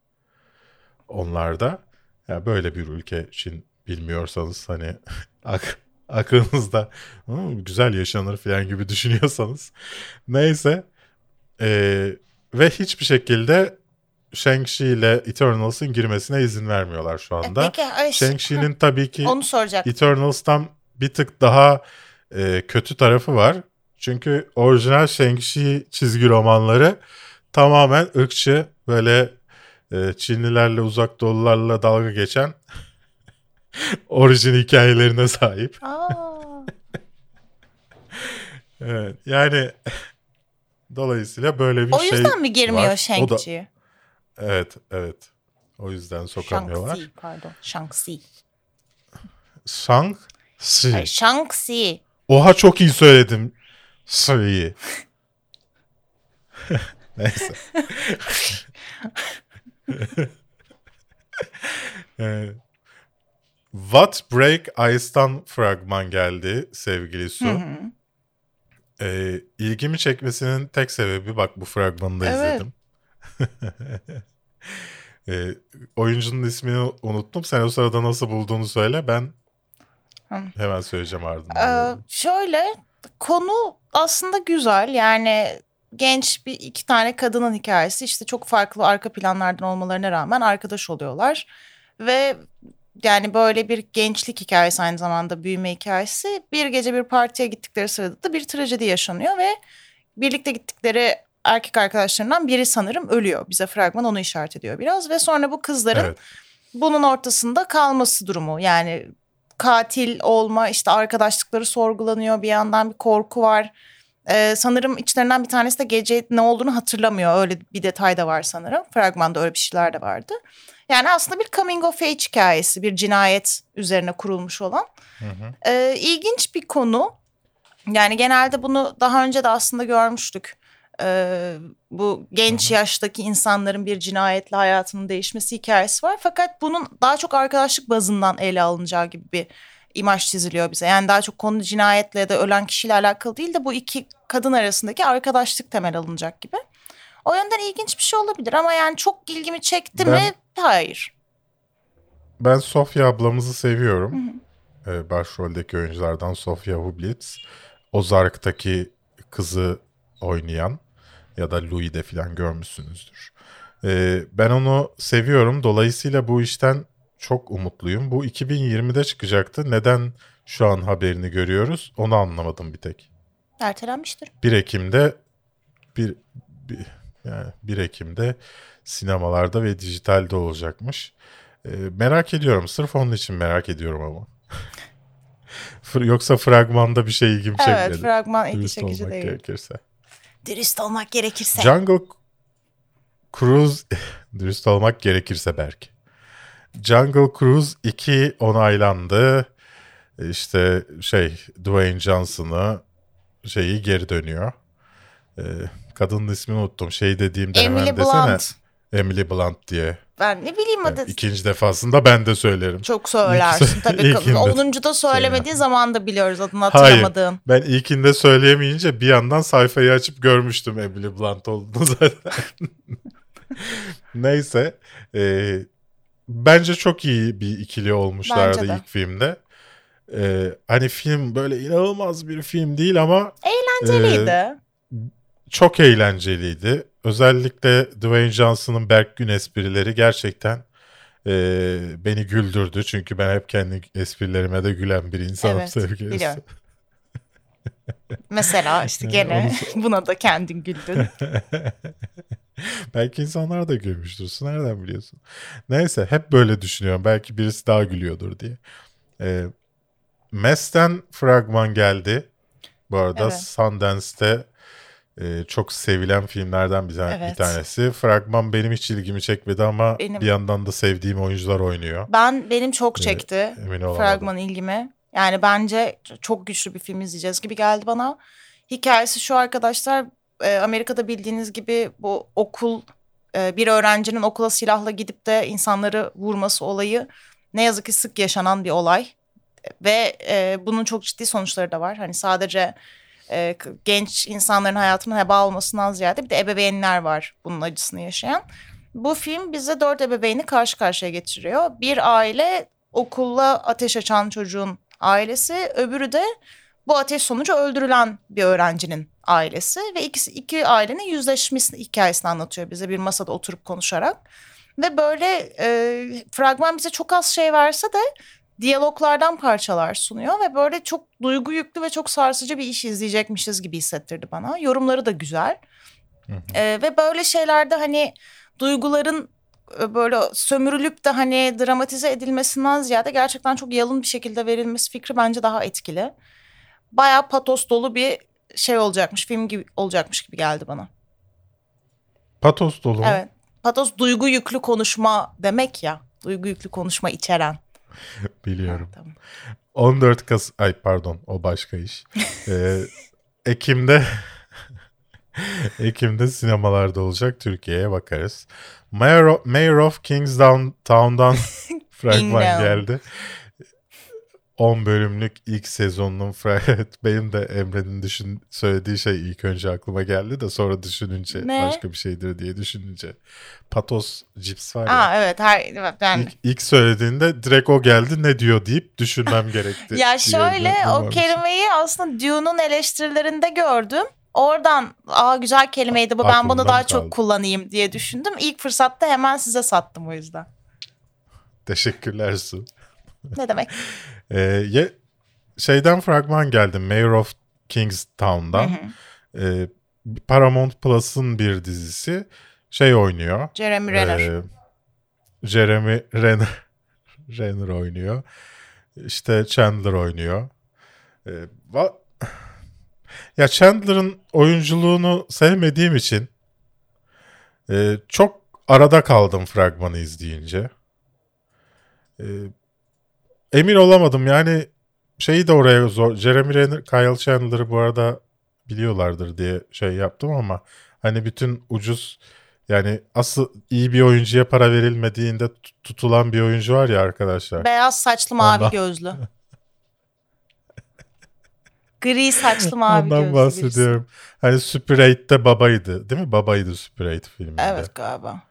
Onlarda. Yani böyle bir ülke Çin, bilmiyorsanız hani ak- aklınızda güzel yaşanır falan gibi düşünüyorsanız. Neyse. Ee, ve hiçbir şekilde Shang-Chi ile Eternals'ın girmesine izin vermiyorlar şu anda. E peki, ay, Shang-Chi'nin tabii ki onu soracaktım. Eternals'tan bir tık daha e, kötü tarafı var. Çünkü orijinal Shang-Chi çizgi romanları tamamen ırkçı, böyle e, Çinlilerle, Uzak Doğulularla dalga geçen orijin hikayelerine sahip. Aa. Evet, yani dolayısıyla böyle bir O şey yüzden mi girmiyor var. O da- Shang-Chi? Evet, evet. O yüzden sokamıyorlar. Shang-Chi pardon. Shang-Chi. Shang-Chi. Ay, Shang-Chi. Oha, çok iyi söyledim. Şeyi. Neyse. Evet. What Break Ice'tan fragman geldi sevgili Su. Hı hı. Ee, ilgimi çekmesinin tek sebebi, bak bu fragmanı da Evet. izledim. ee, oyuncunun ismini unuttum. Sen o sırada nasıl bulduğunu söyle. Ben Hı. hemen söyleyeceğim ardından. Ee, şöyle, konu aslında güzel. Yani genç bir iki tane kadının hikayesi, işte çok farklı arka planlardan olmalarına rağmen arkadaş oluyorlar. Ve yani böyle bir gençlik hikayesi, aynı zamanda büyüme hikayesi. Bir gece bir partiye gittikleri sırada da bir trajedi yaşanıyor ve birlikte gittikleri erkek arkadaşlarından biri sanırım ölüyor. Bize fragman onu işaret ediyor biraz ve sonra bu kızların Evet. bunun ortasında kalması durumu. Yani katil olma, işte arkadaşlıkları sorgulanıyor, bir yandan bir korku var. Ee, sanırım içlerinden bir tanesi de gece ne olduğunu hatırlamıyor. Öyle bir detay da var sanırım. Fragmanda öyle bir şeyler de vardı. Yani aslında bir coming of age hikayesi, bir cinayet üzerine kurulmuş olan. Hı hı. Ee, ilginç bir konu. Yani genelde bunu daha önce de aslında görmüştük. Ee, bu genç Hı hı. yaştaki insanların bir cinayetle hayatının değişmesi hikayesi var. Fakat bunun daha çok arkadaşlık bazından ele alınacağı gibi bir imaj çiziliyor bize. Yani daha çok konu cinayetle ya da ölen kişiyle alakalı değil de bu iki kadın arasındaki arkadaşlık temel alınacak gibi. O yönden ilginç bir şey olabilir ama yani çok ilgimi çekti Ben- mi? Hayır. Ben Sofya ablamızı seviyorum. Hı hı. Ee, başroldeki oyunculardan Sofia Hublitz. Ozark'taki kızı oynayan ya da Louis'de falan görmüşsünüzdür. Ee, ben onu seviyorum. Dolayısıyla bu işten çok umutluyum. Bu iki bin yirmide çıkacaktı. Neden şu an haberini görüyoruz? Onu anlamadım bir tek. Ertelenmiştir. bir Ekim'de bir, bir yani bir Ekim'de sinemalarda ve dijitalde olacakmış. Ee, merak ediyorum. Sırf onun için merak ediyorum ama. Fır- Yoksa fragmanda bir şey ilgimi çekmedi. Evet, fragman ilgi Dürüst çekici olmak değil. gerekirse. Dürüst olmak gerekirse. Jungle Cruise dürüst olmak gerekirse belki. Jungle Cruise iki onaylandı. İşte şey, Dwayne Johnson'ı şeyi geri dönüyor. Ee, kadının ismini unuttum. Şey dediğimde Emily hemen desene. Blunt. Emily Blunt diye. Ben ne bileyim adı. Yani ikinci defasında ben de söylerim. Çok söylersin İlk- tabii. ilkinde- Onuncu da söylemediği Şey zaman da biliyoruz adını Hayır. hatırlamadığın. Ben ilkinde söyleyemeyince bir yandan sayfayı açıp görmüştüm Emily Blunt olduğunu zaten. Neyse. E, bence çok iyi bir ikili olmuşlardı Bence de. ilk filmde. E, hani film böyle inanılmaz bir film değil ama Eğlenceliydi. e, çok eğlenceliydi. Özellikle Dwayne Johnson'ın Berk Gün esprileri gerçekten e, beni güldürdü. Çünkü ben hep kendi esprilerime de gülen bir insanım Evet, sevgilisi. biliyorum. Mesela işte gene buna da kendin güldün. Belki insanlar da gülmüştür. Sen nereden biliyorsun? Neyse, hep böyle düşünüyorum. Belki birisi daha gülüyordur diye. Ee, Mass'ten fragman geldi. Bu arada Evet. Sundance'te e, çok sevilen filmlerden bir, tane, Evet. bir tanesi. Fragman benim hiç ilgimi çekmedi ama Benim- bir yandan da sevdiğim oyuncular oynuyor. Ben benim çok çekti emin olamadım. fragman ilgimi. Yani bence çok güçlü bir film izleyeceğiz gibi geldi bana. Hikayesi şu arkadaşlar, e, Amerika'da bildiğiniz gibi bu okul, e, bir öğrencinin okula silahla gidip de insanları vurması olayı ne yazık ki sık yaşanan bir olay. Ve e, bunun çok ciddi sonuçları da var. Hani sadece e, k- genç insanların hayatının heba olmasından ziyade bir de ebeveynler var bunun acısını yaşayan. Bu film bize dört ebeveyni karşı karşıya getiriyor. Bir aile okulla ateş açan çocuğun ailesi, öbürü de bu ateş sonucu öldürülen bir öğrencinin ailesi ve ikisi iki ailenin yüzleşmesi hikayesini anlatıyor bize bir masada oturup konuşarak. Ve böyle e, fragman bize çok az şey verse de diyaloglardan parçalar sunuyor ve böyle çok duygu yüklü ve çok sarsıcı bir iş izleyecekmişiz gibi hissettirdi bana. Yorumları da güzel. Hı hı. E, ve böyle şeylerde hani duyguların böyle sömürülüp de hani dramatize edilmesinden ziyade gerçekten çok yalın bir şekilde verilmesi fikri bence daha etkili. Bayağı patos dolu bir şey olacakmış, film gibi olacakmış gibi geldi bana. Patos dolu mu? Evet. Patos duygu yüklü konuşma demek ya. Duygu yüklü konuşma içeren. Biliyorum. Ha, tamam. on dört Kasım, ay pardon o başka iş. ee, Ekim'de Ekim'de sinemalarda olacak, Türkiye'ye bakarız. Mayor of, Mayor of Kingstown'dan fragman geldi. on bölümlük ilk sezonunun fragmanı. Benim de Emre'nin düşün, söylediği şey ilk önce aklıma geldi de sonra düşününce ne? Başka bir şeydir diye düşününce. Patos cips var ya. Aa, evet. Her, yani... ilk, ilk söylediğinde direkt o geldi, ne diyor deyip düşünmem gerekti. Ya şöyle o kelimeyi aslında Dune'un eleştirilerinde gördüm. Oradan aa güzel kelimeydi bu, ben bunu daha kaldı. Çok kullanayım diye düşündüm. İlk fırsatta hemen size sattım o yüzden. Teşekkürler Su. Ne demek? ee, ye, şeyden fragman geldi, Mayor of Kingstown'dan. Hı hı. Ee, Paramount Plus'ın bir dizisi. Şey oynuyor. Jeremy Renner. E, Jeremy Renner, Renner oynuyor. İşte Chandler oynuyor. E, va- ya Chandler'ın oyunculuğunu sevmediğim için e, çok arada kaldım fragmanı izleyince. E, emin olamadım yani, şeyi de oraya zor. Jeremy Renner, Kyle Chandler'ı bu arada biliyorlardır diye şey yaptım ama hani bütün ucuz, yani asıl iyi bir oyuncuya para verilmediğinde tutulan bir oyuncu var ya arkadaşlar. Beyaz saçlı mavi Ondan... gözlü. Gri saçlı mavi Ondan gözlü. Ondan bahsediyorum. Birisi. Hani Super eight'te babaydı değil mi? Babaydı Super eight filminde. Evet galiba.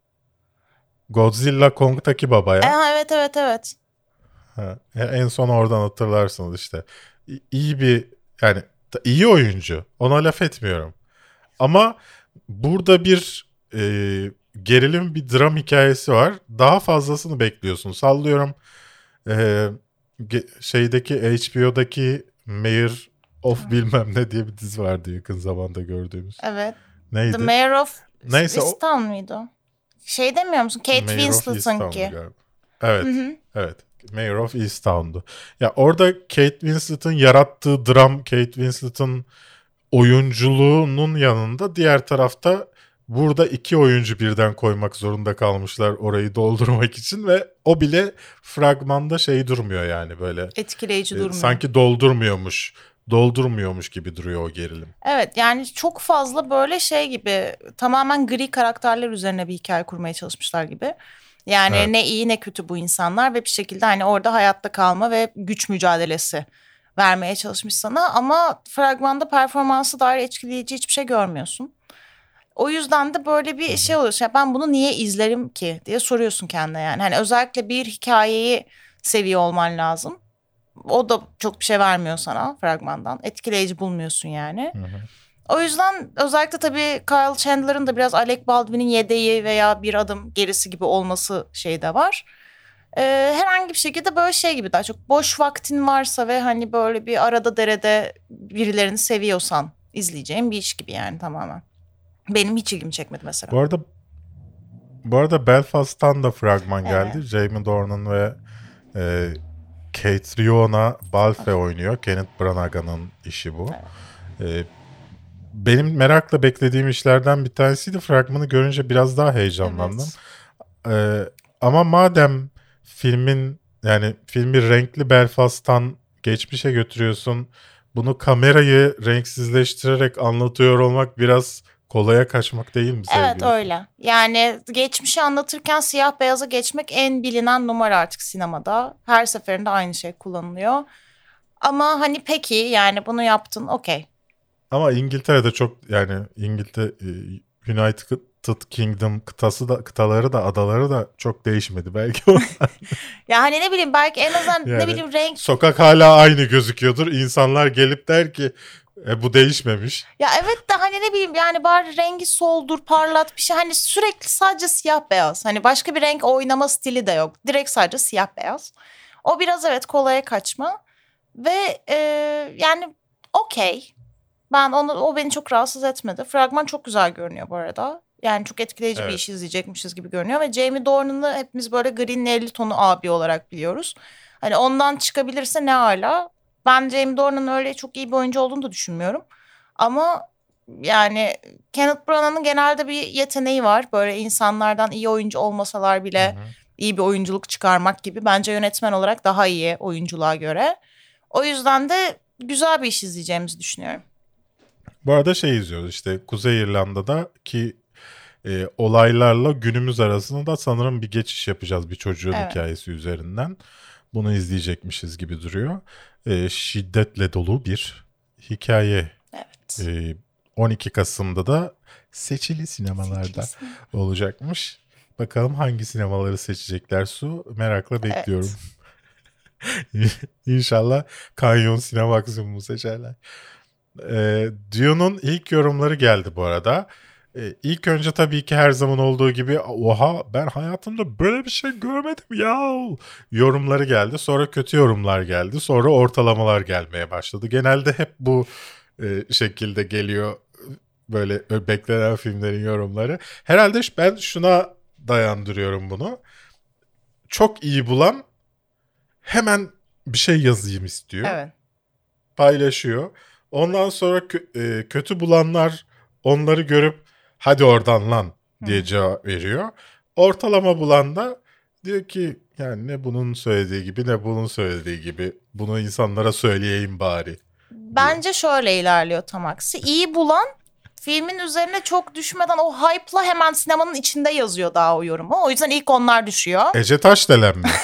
Godzilla Kong'taki baba ya. E, evet evet evet. Ha, en son oradan hatırlarsınız işte. İyi bir, yani iyi oyuncu. Ona laf etmiyorum. Ama burada bir e, gerilim, bir dram hikayesi var. Daha fazlasını bekliyorsun. Sallıyorum e, ge- şeydeki H B O'daki Mayor of bilmem ne diye bir dizi vardı yakın zamanda gördüğümüz. Evet. Neydi? The Mayor of Neyse, Easttown mıydı o? Şey demiyor musun? Kate Winslet'ın ki. Evet. Hı-hı. Evet. Mayor of Easttown'du. Ya orada Kate Winslet'ın yarattığı dram, Kate Winslet'ın oyunculuğunun yanında diğer tarafta burada iki oyuncu birden koymak zorunda kalmışlar orayı doldurmak için ve o bile fragmanda şey durmuyor yani, böyle etkileyici durmuyor. Sanki doldurmuyormuş, doldurmuyormuş gibi duruyor o gerilim. Evet, yani çok fazla böyle şey gibi, tamamen gri karakterler üzerine bir hikaye kurmaya çalışmışlar gibi. Yani evet. Ne iyi ne kötü bu insanlar ve bir şekilde hani orada hayatta kalma ve güç mücadelesi vermeye çalışmış sana, ama fragmanda performansı dair etkileyici hiçbir şey görmüyorsun. O yüzden de böyle bir şey oluyor. Yani ben bunu niye izlerim ki diye soruyorsun kendine yani. Hani özellikle bir hikayeyi seviyor olman lazım. O da çok bir şey vermiyor sana fragmandan. Etkileyici bulmuyorsun yani. Hı hı. O yüzden özellikle tabii Kyle Chandler'ın da biraz Alec Baldwin'in yedeği veya bir adım gerisi gibi olması şey de var. Ee, herhangi bir şekilde böyle şey gibi, daha çok boş vaktin varsa ve hani böyle bir arada derede birilerini seviyorsan izleyeceğim bir iş gibi yani, tamamen. Benim hiç ilgimi çekmedi mesela. Bu arada bu arada Belfast'tan da fragman geldi. Evet. Jamie Dornan ve e, Catriona Balfe evet. oynuyor. Kenneth Branagh'ın işi bu. Evet. E, benim merakla beklediğim işlerden bir tanesiydi. Fragmanı görünce biraz daha heyecanlandım. Evet. E, ama madem filmin yani filmi renkli Belfast'tan geçmişe götürüyorsun, bunu kamerayı renksizleştirerek anlatıyor olmak biraz kolaya kaçmak değil mi sevgili? Evet öyle. Yani geçmişi anlatırken siyah beyaza geçmek en bilinen numara artık sinemada. Her seferinde aynı şey kullanılıyor. Ama hani peki yani bunu yaptın, okey. Ama İngiltere'de çok, yani İngiltere, United Kingdom kıtası da, kıtaları da, adaları da çok değişmedi belki ondan. Ya hani ne bileyim, belki en azından yani, ne bileyim renk. Sokak hala aynı gözüküyordur. İnsanlar gelip der ki E, bu değişmemiş. Ya evet de hani ne bileyim yani bari rengi soldur, parlat bir şey. Hani sürekli sadece siyah beyaz. Hani başka bir renk oynama stili de yok. Direkt sadece siyah beyaz. O biraz evet kolaya kaçma. Ve e, yani okey. Ben onu o beni çok rahatsız etmedi. Fragman çok güzel görünüyor bu arada. Yani çok etkileyici Evet. bir iş izleyecekmişiz gibi görünüyor. Ve Jamie Dornan'ı hepimiz böyle Green'in elli tonu abi olarak biliyoruz. Hani ondan çıkabilirse ne hala. Ben Jamie Dornan'ın öyle çok iyi bir oyuncu olduğunu da düşünmüyorum. Ama yani Kenneth Branagh'ın genelde bir yeteneği var. Böyle insanlardan iyi oyuncu olmasalar bile Hı hı. iyi bir oyunculuk çıkarmak gibi. Bence yönetmen olarak daha iyi oyunculuğa göre. O yüzden de güzel bir iş izleyeceğimizi düşünüyorum. Bu arada şey izliyoruz işte Kuzey İrlanda'daki e, olaylarla günümüz arasında da sanırım bir geçiş yapacağız bir çocuğun Evet. hikayesi üzerinden. Bunu izleyecekmişiz gibi duruyor. E, şiddetle dolu bir hikaye. Evet. E, on iki Kasım'da da seçili sinemalarda Seçilsin. olacakmış. Bakalım hangi sinemaları seçecekler Su. Merakla bekliyorum. İnşallah Kanyon Sinemaksimum'u seçerler. E, Dune'un ilk yorumları geldi bu arada. E, ilk önce tabii ki her zaman olduğu gibi oha ben hayatımda böyle bir şey görmedim ya yorumları geldi. Sonra kötü yorumlar geldi. Sonra ortalamalar gelmeye başladı. Genelde hep bu e, şekilde geliyor böyle beklenen filmlerin yorumları. Herhalde ben şuna dayandırıyorum bunu. Çok iyi bulan hemen bir şey yazayım istiyor. Evet. Paylaşıyor. Ondan sonra kö- e, kötü bulanlar onları görüp hadi oradan lan diye Hı. cevap veriyor. Ortalama bulan da diyor ki yani ne bunun söylediği gibi ne bunun söylediği gibi bunu insanlara söyleyeyim bari. Bence şöyle ilerliyor tam aksi. İyi bulan filmin üzerine çok düşmeden o hype'la hemen sinemanın içinde yazıyor daha o yorumu. O yüzden ilk onlar düşüyor. Ece Taşdelen mi?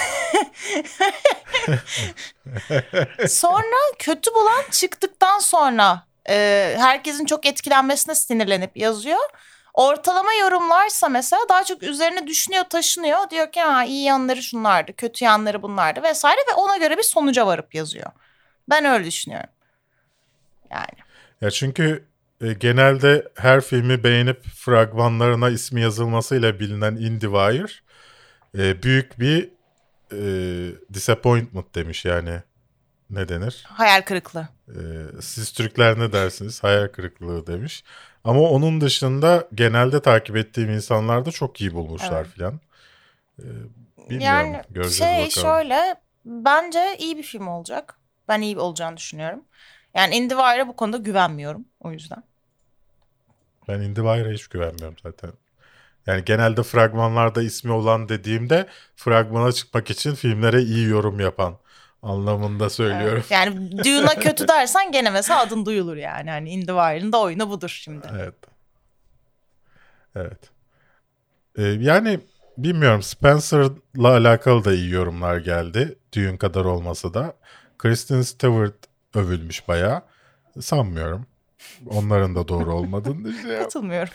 Sonra kötü bulan çıktıktan sonra e, herkesin çok etkilenmesine sinirlenip yazıyor. Ortalama yorumlarsa mesela daha çok üzerine düşünüyor, taşınıyor. Diyor ki ha, iyi yanları şunlardı, kötü yanları bunlardı vesaire ve ona göre bir sonuca varıp yazıyor. Ben öyle düşünüyorum. Yani. Ya çünkü e, genelde her filmi beğenip fragmanlarına ismi yazılmasıyla bilinen IndieWire e, büyük bir e, disappointment demiş yani. Ne denir? Hayal kırıklığı. Ee, siz Türkler ne dersiniz? Hayal kırıklığı demiş. Ama onun dışında genelde takip ettiğim insanlar da çok iyi bulmuşlar Evet. filan. Ee, bilmiyorum. Yani Göreceğiz şey bakalım. şöyle bence iyi bir film olacak. Ben iyi olacağını düşünüyorum. Yani IndieWire'a bu konuda güvenmiyorum o yüzden. Ben IndieWire'a hiç güvenmiyorum zaten. Yani genelde fragmanlarda ismi olan dediğimde fragmana çıkmak için filmlere iyi yorum yapan anlamında söylüyorum. Evet. Yani Dune'a kötü dersen gene mesela adın duyulur yani. Hani IndieWire'ın da oyunu budur şimdi. Evet. Evet. Ee, yani bilmiyorum Spencer'la alakalı da iyi yorumlar geldi. Dune kadar olmasa da. Kristen Stewart övülmüş bayağı. Sanmıyorum. Onların da doğru olmadığını düşünüyorum. Katılmıyorum.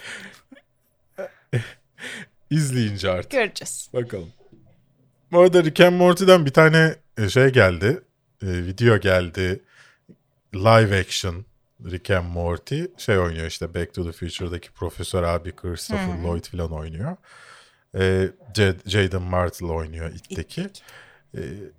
İzleyince artık. Göreceğiz. Bakalım. Bu arada Rick and Morty'den bir tane şey geldi. E, video geldi. Live action Rick and Morty. Şey oynuyor işte Back to the Future'daki Profesör abi Christopher Hmm. Lloyd falan oynuyor. E, J- Jaden Martell oynuyor İt'teki. E,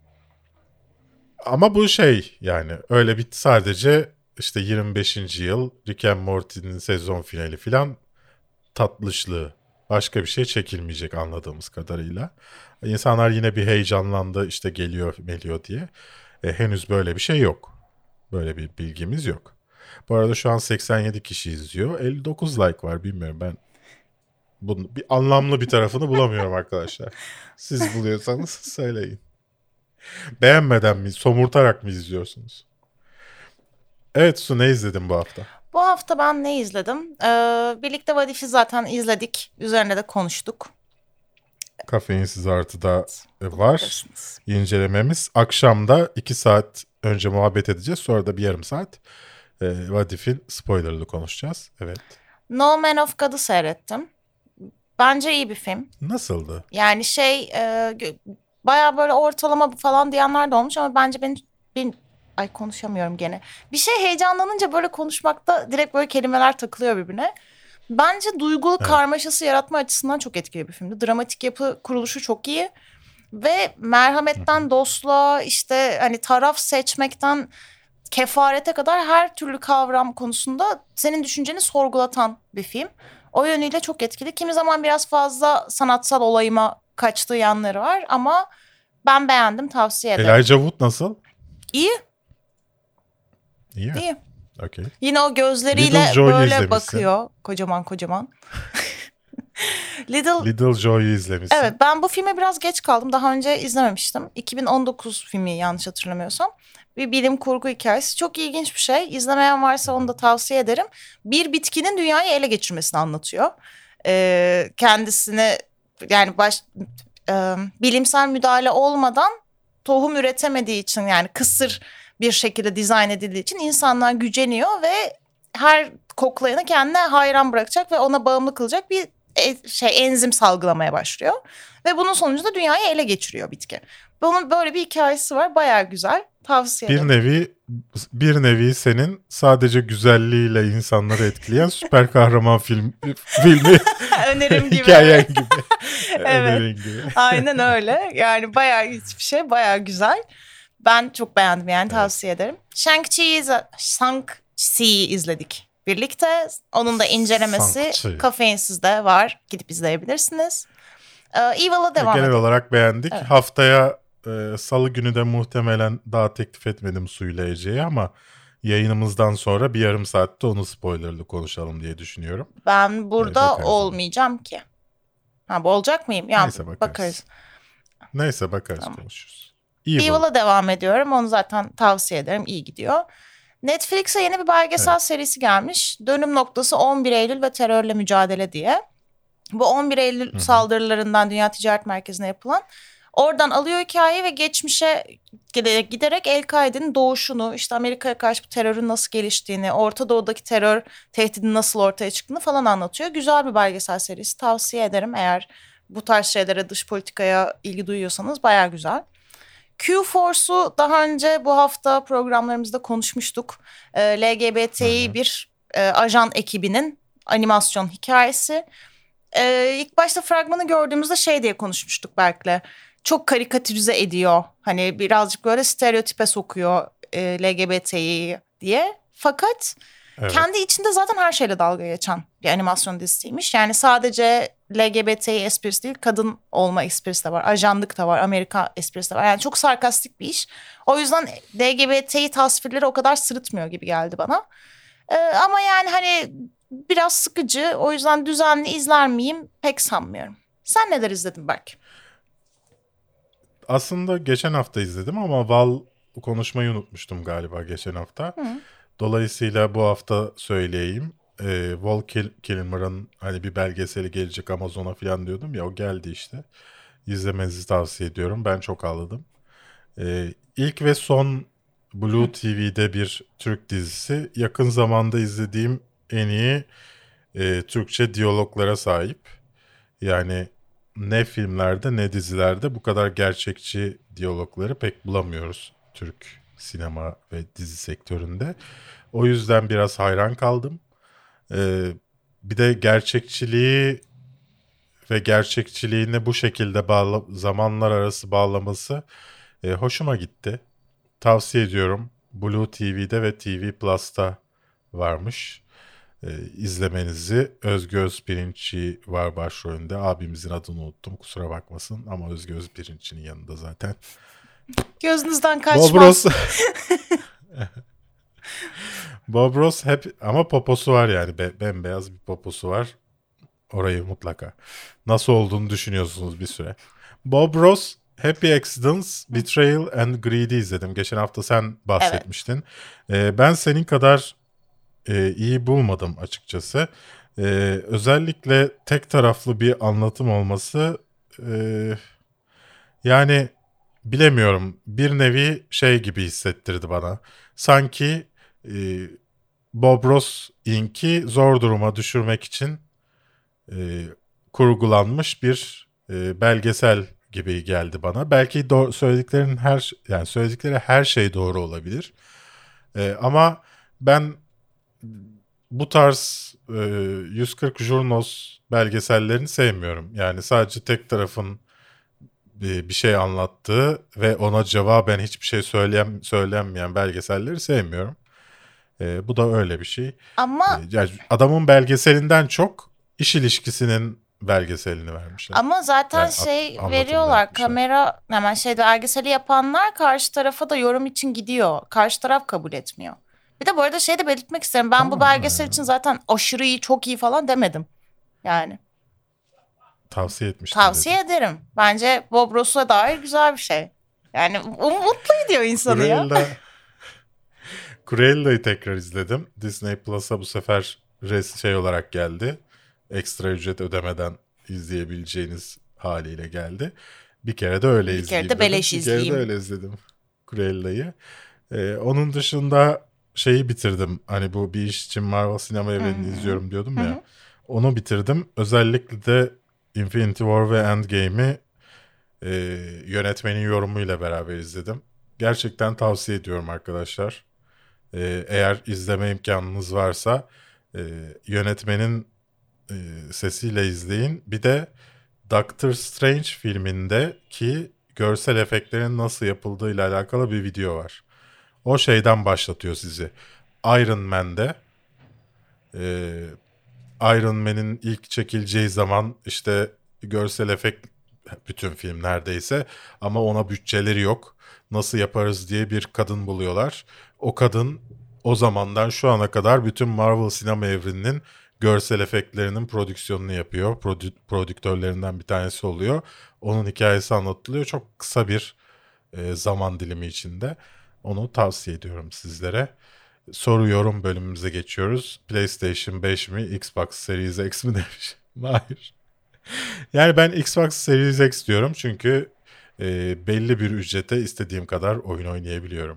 ama bu şey yani öyle bir sadece işte yirmi beşinci yıl Rick and Morty'nin sezon finali falan tatlışlığı. Başka bir şey çekilmeyecek anladığımız kadarıyla. İnsanlar yine bir heyecanlandı işte geliyor geliyor diye. E, henüz böyle bir şey yok. Böyle bir bilgimiz yok. Bu arada şu an seksen yedi kişi izliyor. elli dokuz like var bilmiyorum ben. Bunun bir anlamlı bir tarafını bulamıyorum arkadaşlar. Siz buluyorsanız söyleyin. Beğenmeden mi, somurtarak mı izliyorsunuz? Evet Su ne izledin bu hafta? Bu hafta ben ne izledim? Ee, birlikte Vadif'i zaten izledik. Üzerine de konuştuk. Kafeinsiz Artı'da var. Bilirsiniz. İncelememiz. Akşamda iki saat önce muhabbet edeceğiz. Sonra da bir yarım saat e, Vadif'in spoilerlı konuşacağız. Evet. No Man of God'u seyrettim. Bence iyi bir film. Nasıldı? Yani şey e, gö- bayağı böyle ortalama falan diyenler de olmuş ama bence beni, beni Ay konuşamıyorum gene. Bir şey heyecanlanınca böyle konuşmakta direkt böyle kelimeler takılıyor birbirine. Bence duygu Evet. karmaşası yaratma açısından çok etkili bir filmdi. Dramatik yapı kuruluşu çok iyi. Ve merhametten dostluğa, işte hani taraf seçmekten kefarete kadar her türlü kavram konusunda senin düşünceni sorgulatan bir film. O yönüyle çok etkili. Kimi zaman biraz fazla sanatsal olayıma kaçtığı yanları var ama ben beğendim, tavsiye ederim. Elijah Wood nasıl? İyi, İyi mi? iyi. Okey. Yine o gözleriyle Little Joy'u böyle izlemişsin. bakıyor. Kocaman kocaman. Little... Little Joy'u izlemişsin. Evet, ben bu filme biraz geç kaldım. Daha önce izlememiştim. iki bin on dokuz filmi yanlış hatırlamıyorsam. Bir bilim kurgu hikayesi. Çok ilginç bir şey. İzlemeyen varsa onu da tavsiye ederim. Bir bitkinin dünyayı ele geçirmesini anlatıyor. Ee, kendisini yani baş, e, bilimsel müdahale olmadan tohum üretemediği için, yani kısır bir şekilde dizayn edildiği için insanlar güceniyor ve her koklayanı kendine hayran bırakacak ve ona bağımlı kılacak bir e, şey enzim salgılamaya başlıyor. Ve bunun sonucunda dünyayı ele geçiriyor bitki. Bunun böyle bir hikayesi var. Bayağı güzel. Tavsiye Bir ederim. nevi bir nevi senin sadece güzelliğiyle insanları etkileyen süper kahraman film filmi Önerim gibi. hikayen gibi. Evet. Önerin gibi. Aynen öyle. Yani bayağı hiçbir şey bayağı güzel. Ben çok beğendim yani, tavsiye ederim. Shang-Chi'yi izle- Shang-Chi'yi izledik birlikte. Onun da incelemesi Shang-Chi. Kafeinsiz'de var. Gidip izleyebilirsiniz. Ee, Evil'a devam Genel edelim. olarak beğendik. Evet. Haftaya e, salı günü de muhtemelen daha teklif etmedim Suyla Ece'yi ama yayınımızdan sonra bir yarım saatte onu spoilerlı konuşalım diye düşünüyorum. Ben burada Evet, bakarız olmayacağım ki. Ha, bu olacak mıyım? Ya, Neyse bakarız. bakarız. Neyse bakarız, Tamam. konuşuruz. Evil. Evil'a devam ediyorum. Onu zaten tavsiye ederim. İyi gidiyor. Netflix'e yeni bir belgesel Evet. serisi gelmiş. Dönüm noktası on bir Eylül ve terörle mücadele diye. Bu on bir Eylül Hı hı. saldırılarından Dünya Ticaret Merkezi'ne yapılan. Oradan alıyor hikayeyi ve geçmişe giderek, giderek El-Kaide'nin doğuşunu, işte Amerika'ya karşı bu terörün nasıl geliştiğini, Orta Doğu'daki terör tehdidinin nasıl ortaya çıktığını falan anlatıyor. Güzel bir belgesel serisi. Tavsiye ederim eğer bu tarz şeylere, dış politikaya ilgi duyuyorsanız. Bayağı güzel. Q-Force'u daha önce bu hafta programlarımızda konuşmuştuk. Ee, L G B T İ Hı hı. bir e, ajan ekibinin animasyon hikayesi. Ee, ilk başta fragmanı gördüğümüzde şey diye konuşmuştuk Berk'le. Çok karikatürize ediyor. Hani birazcık böyle stereotipe sokuyor e, L G B T İ diye. Fakat Evet. kendi içinde zaten her şeyle dalga geçen bir animasyon dizisiymiş. Yani sadece L G B T İ esprisi değil, kadın olma esprisi de var. Ajanlık da var, Amerika esprisi de var. Yani çok sarkastik bir iş. O yüzden L G B T İ tasvirleri o kadar sırıtmıyor gibi geldi bana. Ee, ama yani hani biraz sıkıcı. O yüzden düzenli izler miyim pek sanmıyorum. Sen neler izledin Berk? Aslında geçen hafta izledim ama Val konuşmayı unutmuştum galiba geçen hafta. Hı. Dolayısıyla bu hafta söyleyeyim. Ee, Val Kil- Kilmer'ın hani bir belgeseli gelecek Amazon'a falan diyordum ya, o geldi işte. İzlemenizi tavsiye ediyorum. Ben çok ağladım. Ee, ilk ve son Blue T V'de bir Türk dizisi. Yakın zamanda izlediğim en iyi e, Türkçe diyaloglara sahip. Yani ne filmlerde ne dizilerde bu kadar gerçekçi diyalogları pek bulamıyoruz Türk sinema ve dizi sektöründe. O yüzden biraz hayran kaldım. Ee, bir de gerçekçiliği ve gerçekçiliğini bu şekilde bağla, zamanlar arası bağlaması e, hoşuma gitti. Tavsiye ediyorum. Blue T V'de ve T V Plus'ta varmış. E, izlemenizi. Özgü Özpirinççi var başrolünde. Abimizin adını unuttum, kusura bakmasın ama Özgü Özpirinççi'nin yanında zaten. Gözünüzden kaçmaz. Bob Ross. Bob Ross hep ama poposu var yani, Be- bembeyaz bir poposu var. Orayı mutlaka. Nasıl olduğunu düşünüyorsunuz bir süre. Bob Ross, Happy Accidents, Betrayal and Greedy izledim. Geçen hafta sen bahsetmiştin. Ee, ben senin kadar e, iyi bulmadım açıkçası. Ee, özellikle tek taraflı bir anlatım olması e, yani bilemiyorum, bir nevi şey gibi hissettirdi bana. Sanki e, Bob Ross inki zor duruma düşürmek için e, kurgulanmış bir e, belgesel gibi geldi bana. Belki do- söylediklerin her yani söyledikleri her şey doğru olabilir. Ee, ama ben bu tarz e, yüz kırk Jurnos belgesellerini sevmiyorum. Yani sadece tek tarafın bir, bir şey anlattığı ve ona cevaben hiçbir şey söyleyen, söylenmeyen belgeselleri sevmiyorum. Ee, bu da öyle bir şey. Ama Ee, yani adamın belgeselinden çok iş ilişkisinin belgeselini vermişler. ama zaten Yani at- şey anlatımını veriyorlar, yapmışlar. kamera hemen şeyde belgeseli yapanlar karşı tarafa da yorum için gidiyor. Karşı taraf kabul etmiyor. Bir de bu arada şey de belirtmek isterim. Ben bu Tamam, belgesel ha. için zaten aşırı iyi, çok iyi falan demedim. Yani Tavsiye etmiştim. tavsiye dedim. ederim. Bence Bob Ross'a dair güzel bir şey. Yani o mutlu ediyor insanı ya. Cruella, Cruella'yı tekrar izledim. Disney Plus'a bu sefer res şey olarak geldi. Ekstra ücret ödemeden izleyebileceğiniz haliyle geldi. Bir kere de öyle Bir izleyeyim kere de dedim. beleş Bir izleyeyim. kere de öyle izledim Cruella'yı. Ee, onun dışında şeyi bitirdim. Hani bu bir iş için Marvel sinema evrenini izliyorum diyordum ya. Onu bitirdim. Özellikle de Infinity War ve Endgame'i e, yönetmenin yorumuyla beraber izledim. Gerçekten tavsiye ediyorum arkadaşlar. E, eğer izleme imkanınız varsa e, yönetmenin e, sesiyle izleyin. Bir de Doctor Strange filmindeki görsel efektlerin nasıl yapıldığıyla alakalı bir video var. O şeyden başlatıyor sizi. Iron Man'de e, Iron Man'in ilk çekileceği zaman işte görsel efekt bütün film neredeyse ama ona bütçeleri yok. Nasıl yaparız diye bir kadın buluyorlar. O kadın o zamandan şu ana kadar bütün Marvel sinema evreninin görsel efektlerinin prodüksiyonunu yapıyor. Prodü- prodüktörlerinden bir tanesi oluyor. Onun hikayesi anlatılıyor. Çok kısa bir e, zaman dilimi içinde. Onu tavsiye ediyorum sizlere. Soru yorum bölümümüze geçiyoruz. PlayStation beş mi, Xbox Series X mi demiş. Hayır. Yani ben Xbox Series X diyorum çünkü e, belli bir ücrete istediğim kadar oyun oynayabiliyorum.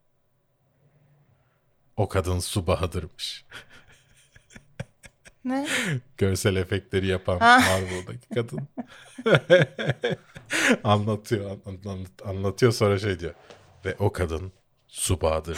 O kadın su bahadırmış. Ne? Görsel efektleri yapan Ha. Marvel'daki kadın. anlatıyor, anlat, anlat- anlatıyor sonra şey diyor. Ve o kadın su bahadırdı.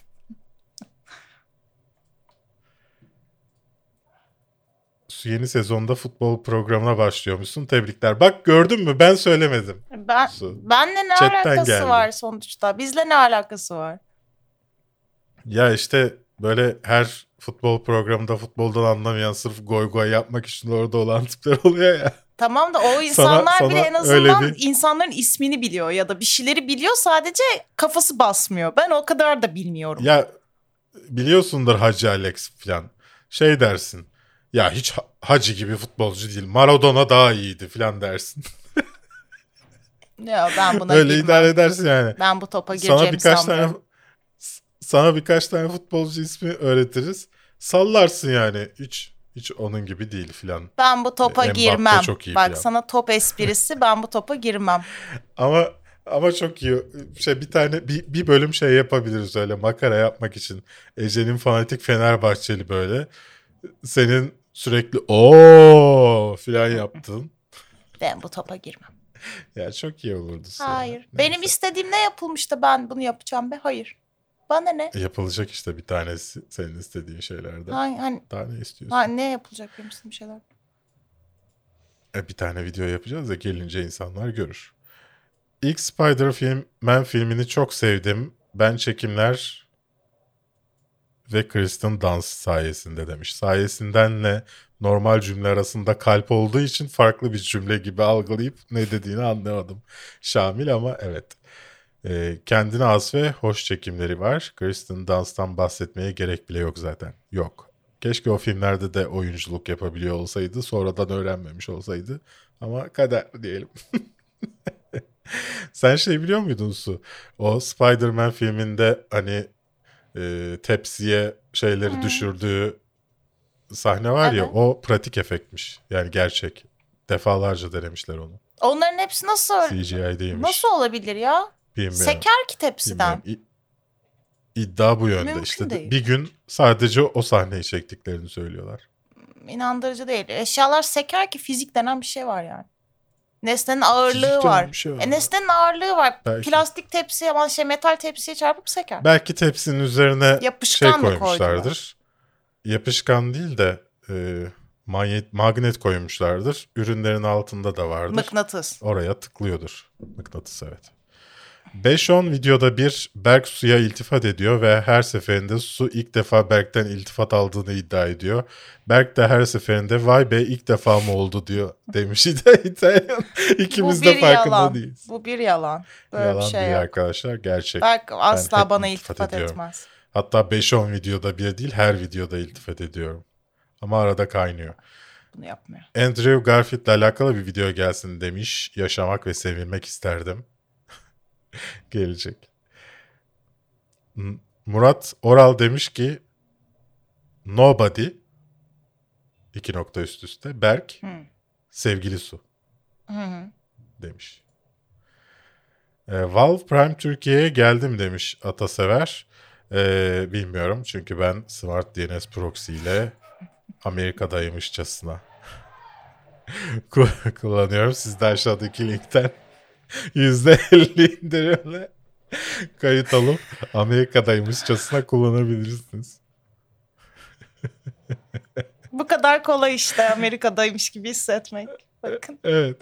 Yeni sezonda futbol programına başlıyormuşsun. Tebrikler. Bak gördün mü? Ben söylemedim. Ben Su. benle ne Chatten alakası geldi. var sonuçta? Bizle ne alakası var? Ya işte böyle her futbol programında futboldan anlamayan sırf goy goy yapmak için orada olan tipler oluyor ya. Tamam da o insanlar sana bile en öyle azından bir- insanların ismini biliyor ya da bir şeyleri biliyor, sadece kafası basmıyor. Ben o kadar da bilmiyorum. Ya biliyorsundur Hacı Alex falan. Şey dersin. Ya hiç Ha- Hacı gibi futbolcu değil. Maradona daha iyiydi falan dersin. Ya ben buna Öyle girmem. idare edersin yani. Ben bu topa gireceğimi Sana birkaç sanmıyorum. tane sana birkaç tane futbolcu ismi öğretiriz. Sallarsın yani. Hiç hiç onun gibi değil filan. Ben bu topa Mbappe girmem. çok iyi Bak falan. sana top esprisi, ben bu topa girmem. Ama ama çok iyi. Şey bir tane bir, bir bölüm şey yapabiliriz öyle makara yapmak için. Ece'nin fanatik Fenerbahçeli böyle. Senin sürekli o filan yaptın. Ben bu topa girmem. Ya çok iyi olurdu sonra. Hayır. Neyse. Benim istediğim ne yapılmıştı, ben bunu yapacağım be? Hayır. Bana ne? Yapılacak işte bir tanesi senin istediğin şeylerden. Hani, hani, Daha ne istiyorsun? ha, ne yapılacak benim istediğim şeyler? E, bir tane video yapacağız da gelince insanlar görür. İlk Spider-Man filmini çok sevdim. Ben çekimler ve Kristen Dunst sayesinde demiş. Sayesindenle normal cümle arasında kalp olduğu için farklı bir cümle gibi algılayıp ne dediğini anlamadım. Şamil ama evet. E, kendine has ve hoş çekimleri var. Kristen Dunst'tan bahsetmeye gerek bile yok zaten. Yok. Keşke o filmlerde de oyunculuk yapabiliyor olsaydı. Sonradan öğrenmemiş olsaydı. Ama kader diyelim. Sen şey biliyor muydun Su? O Spider-Man filminde hani e, tepsiye şeyleri düşürdüğü sahne var ya, Evet. o pratik efektmiş. Yani gerçek. Defalarca denemişler onu. Onların hepsi nasıl C G I değilmiş. nasıl olabilir ya? Bilmiyorum. Seker ki tepsiden. Bilmiyorum. İ- İddia bu yönde. Mümkün İşte değil. bir gün sadece o sahneyi çektiklerini söylüyorlar. İnandırıcı değil. Eşyalar seker ki, fizik denen bir şey var yani. Nesnenin ağırlığı Fizik var. denen bir şey var. E, nesnenin ağırlığı var. Belki. Plastik tepsiye ama şey metal tepsiye çarpıp seker. Belki tepsinin üzerine Yapışkan şey mı koymuşlardır. Yapışkan değil de e, manyet, magnet koymuşlardır. Ürünlerin altında da vardır. Mıknatıs. Oraya tıklıyordur. Mıknatıs, evet. beş on videoda bir Berk suya iltifat ediyor ve her seferinde su ilk defa Berk'ten iltifat aldığını iddia ediyor. Berk de her seferinde vay be ilk defa mı oldu diyor demiş İtalyan. İkimiz Bu de bir farkında yalan. değiliz. Bu bir yalan. Böyle Yalan bir şey değil yok. arkadaşlar, gerçek. Berk Ben asla hep bana iltifat iltifat ediyorum. etmez. Hatta beş on videoda bir değil, her videoda iltifat ediyorum. Ama arada kaynıyor. Bunu yapmıyor. Andrew Garfield'le alakalı bir video gelsin demiş. Yaşamak ve sevilmek isterdim. Gelecek. M- Murat Oral demiş ki Nobody iki nokta üst üste Berk Hı. sevgili su Hı hı. demiş. E, Valve Prime Türkiye'ye geldim demiş Atasever. E, bilmiyorum çünkü ben Smart D N S Proxy ile Amerika'daymışçasına kullanıyorum. Siz de aşağıdaki linkten yüzde elli indirimle kayıt alıp Amerika'daymışçasına kullanabilirsiniz. Bu kadar kolay işte Amerika'daymış gibi hissetmek. Bakın. Evet.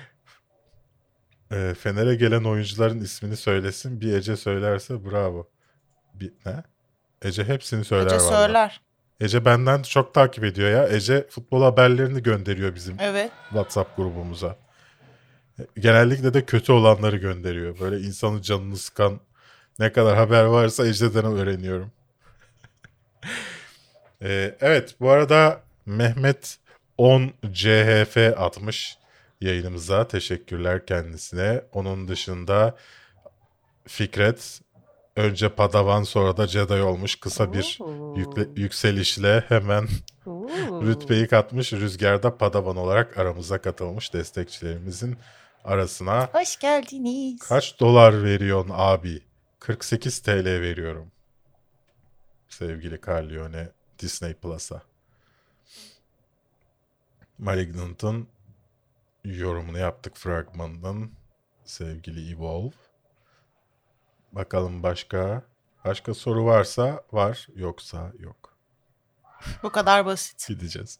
E, Fener'e gelen oyuncuların ismini söylesin. Bir Ece söylerse bravo. Bir, ne? Ece hepsini söyler Ece vallahi. söyler. Ece benden çok takip ediyor ya. Ece futbol haberlerini gönderiyor bizim Evet. WhatsApp grubumuza. Genellikle de kötü olanları gönderiyor. Böyle insanın canını sıkan ne kadar haber varsa Ece'den öğreniyorum. ee, evet, bu arada Mehmet on C H F atmış yayınımıza. Teşekkürler kendisine. Onun dışında Fikret önce Padawan sonra da Jedi olmuş. Kısa bir yükle, yükselişle hemen rütbeyi katmış. Rüzgar'da Padawan olarak aramıza katılmış destekçilerimizin arasına. Hoş geldiniz. Kaç dolar veriyorsun abi? kırk sekiz T L veriyorum. Sevgili Carlione Disney Plus'a. Malignant'ın yorumunu yaptık fragmanının. Sevgili Evolve. Bakalım başka başka soru varsa var, yoksa yok. Bu kadar basit. Gideceğiz.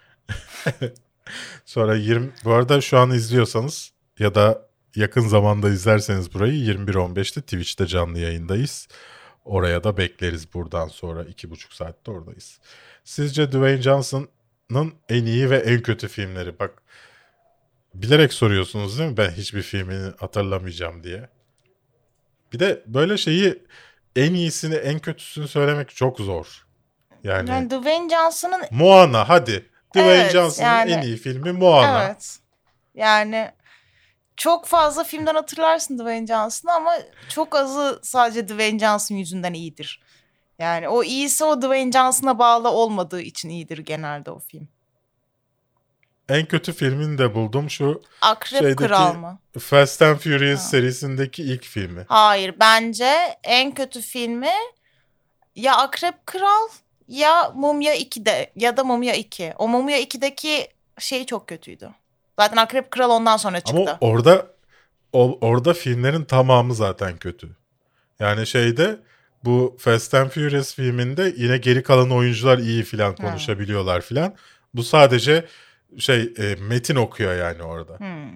Sonra yirmi bu arada şu an izliyorsanız ya da yakın zamanda izlerseniz burayı yirmi bir on beşte Twitch'te canlı yayındayız. Oraya da bekleriz buradan sonra. iki buçuk saatte oradayız. Sizce Dwayne Johnson'ın en iyi ve en kötü filmleri? Bak, bilerek soruyorsunuz değil mi? Ben hiçbir filmini hatırlamayacağım diye. Bir de böyle şeyi, en iyisini en kötüsünü söylemek çok zor. Yani, Yani Dwayne Johnson'ın Moana hadi. Dwayne Evet, Johnson'ın yani- en iyi filmi Moana. evet. Yani çok fazla filmden hatırlarsın Dwayne Johnson'ı ama çok azı sadece Dwayne Johnson yüzünden iyidir. Yani o iyisi o Dwayne Johnson'a bağlı olmadığı için iyidir genelde o film. En kötü filmini de buldum. Şu Akrep Şeydeki- Kral mı? Fast and Furious Ha. serisindeki ilk filmi. Hayır, bence en kötü filmi ya Akrep Kral ya Mumya iki'de ya da Mumya iki. O Mumya iki'deki şey çok kötüydü. Zaten Akrep Kral ondan sonra çıktı. Ama orada o, orada filmlerin tamamı zaten kötü. Yani şeyde, bu Fast and Furious filminde yine geri kalan oyuncular iyi filan konuşabiliyorlar filan. Bu sadece şey e, metin okuyor yani orada. Hmm.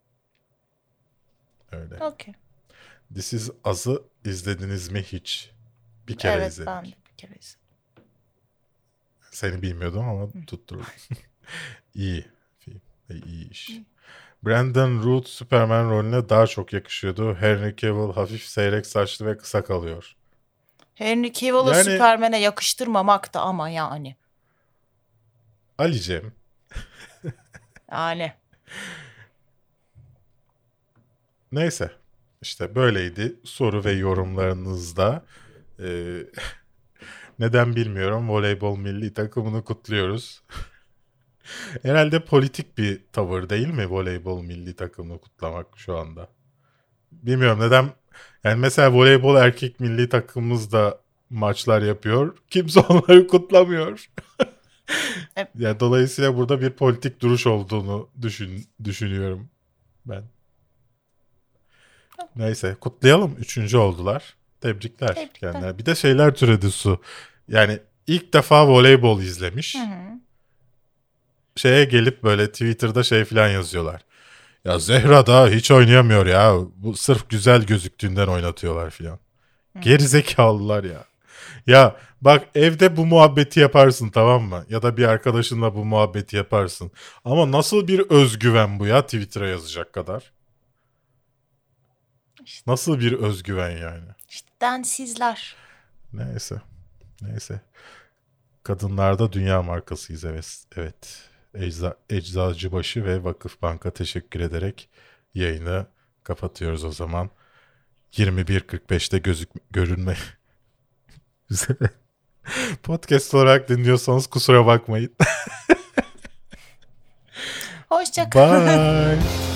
Öyle. Okey. This Is Us'ı izlediniz mi hiç? Bir kere Evet, izledik. ben de bir kere izledim. Seni bilmiyordum ama tutturdum. İyi film ve iyi iş. Brandon Root Superman rolüne daha çok yakışıyordu. Henry Cavill hafif seyrek saçlı ve kısa kalıyor. Henry Cavill'ı Yani- Superman'e yakıştırmamak da ama yani. Ali'cim, Yani. neyse, işte böyleydi soru ve yorumlarınızda. Ee, neden bilmiyorum, voleybol milli takımını kutluyoruz. Herhalde politik bir tavır değil mi voleybol milli takımını kutlamak şu anda? Bilmiyorum neden. Yani mesela voleybol erkek milli takımımız da maçlar yapıyor. Kimse onları kutlamıyor. Evet. Yani dolayısıyla burada bir politik duruş olduğunu düşün, düşünüyorum. ben. Neyse kutlayalım. Üçüncü oldular. Tebrikler. Tebrikler. Kendilerine. Bir de şeyler türedi Su. Yani ilk defa voleybol izlemiş. Hı hı. Şeye gelip böyle Twitter'da şey falan yazıyorlar. Ya Zehra da hiç oynayamıyor ya. Bu sırf güzel gözüktüğünden oynatıyorlar falan. Gerizekalılar ya. Ya bak evde bu muhabbeti yaparsın, tamam mı? Ya da bir arkadaşınla bu muhabbeti yaparsın. Ama nasıl bir özgüven bu ya Twitter'a yazacak kadar? İşte, Nasıl bir özgüven yani? işte densizler. Neyse. Neyse. Kadınlarda dünya markasıyız, evet. Evet. Ecza, Eczacıbaşı ve Vakıfbank'a teşekkür ederek yayını kapatıyoruz o zaman. yirmi bir kırk beşte gözük görünme. Podcast olarak dinliyorsanız kusura bakmayın. Hoşça kalın. Bye.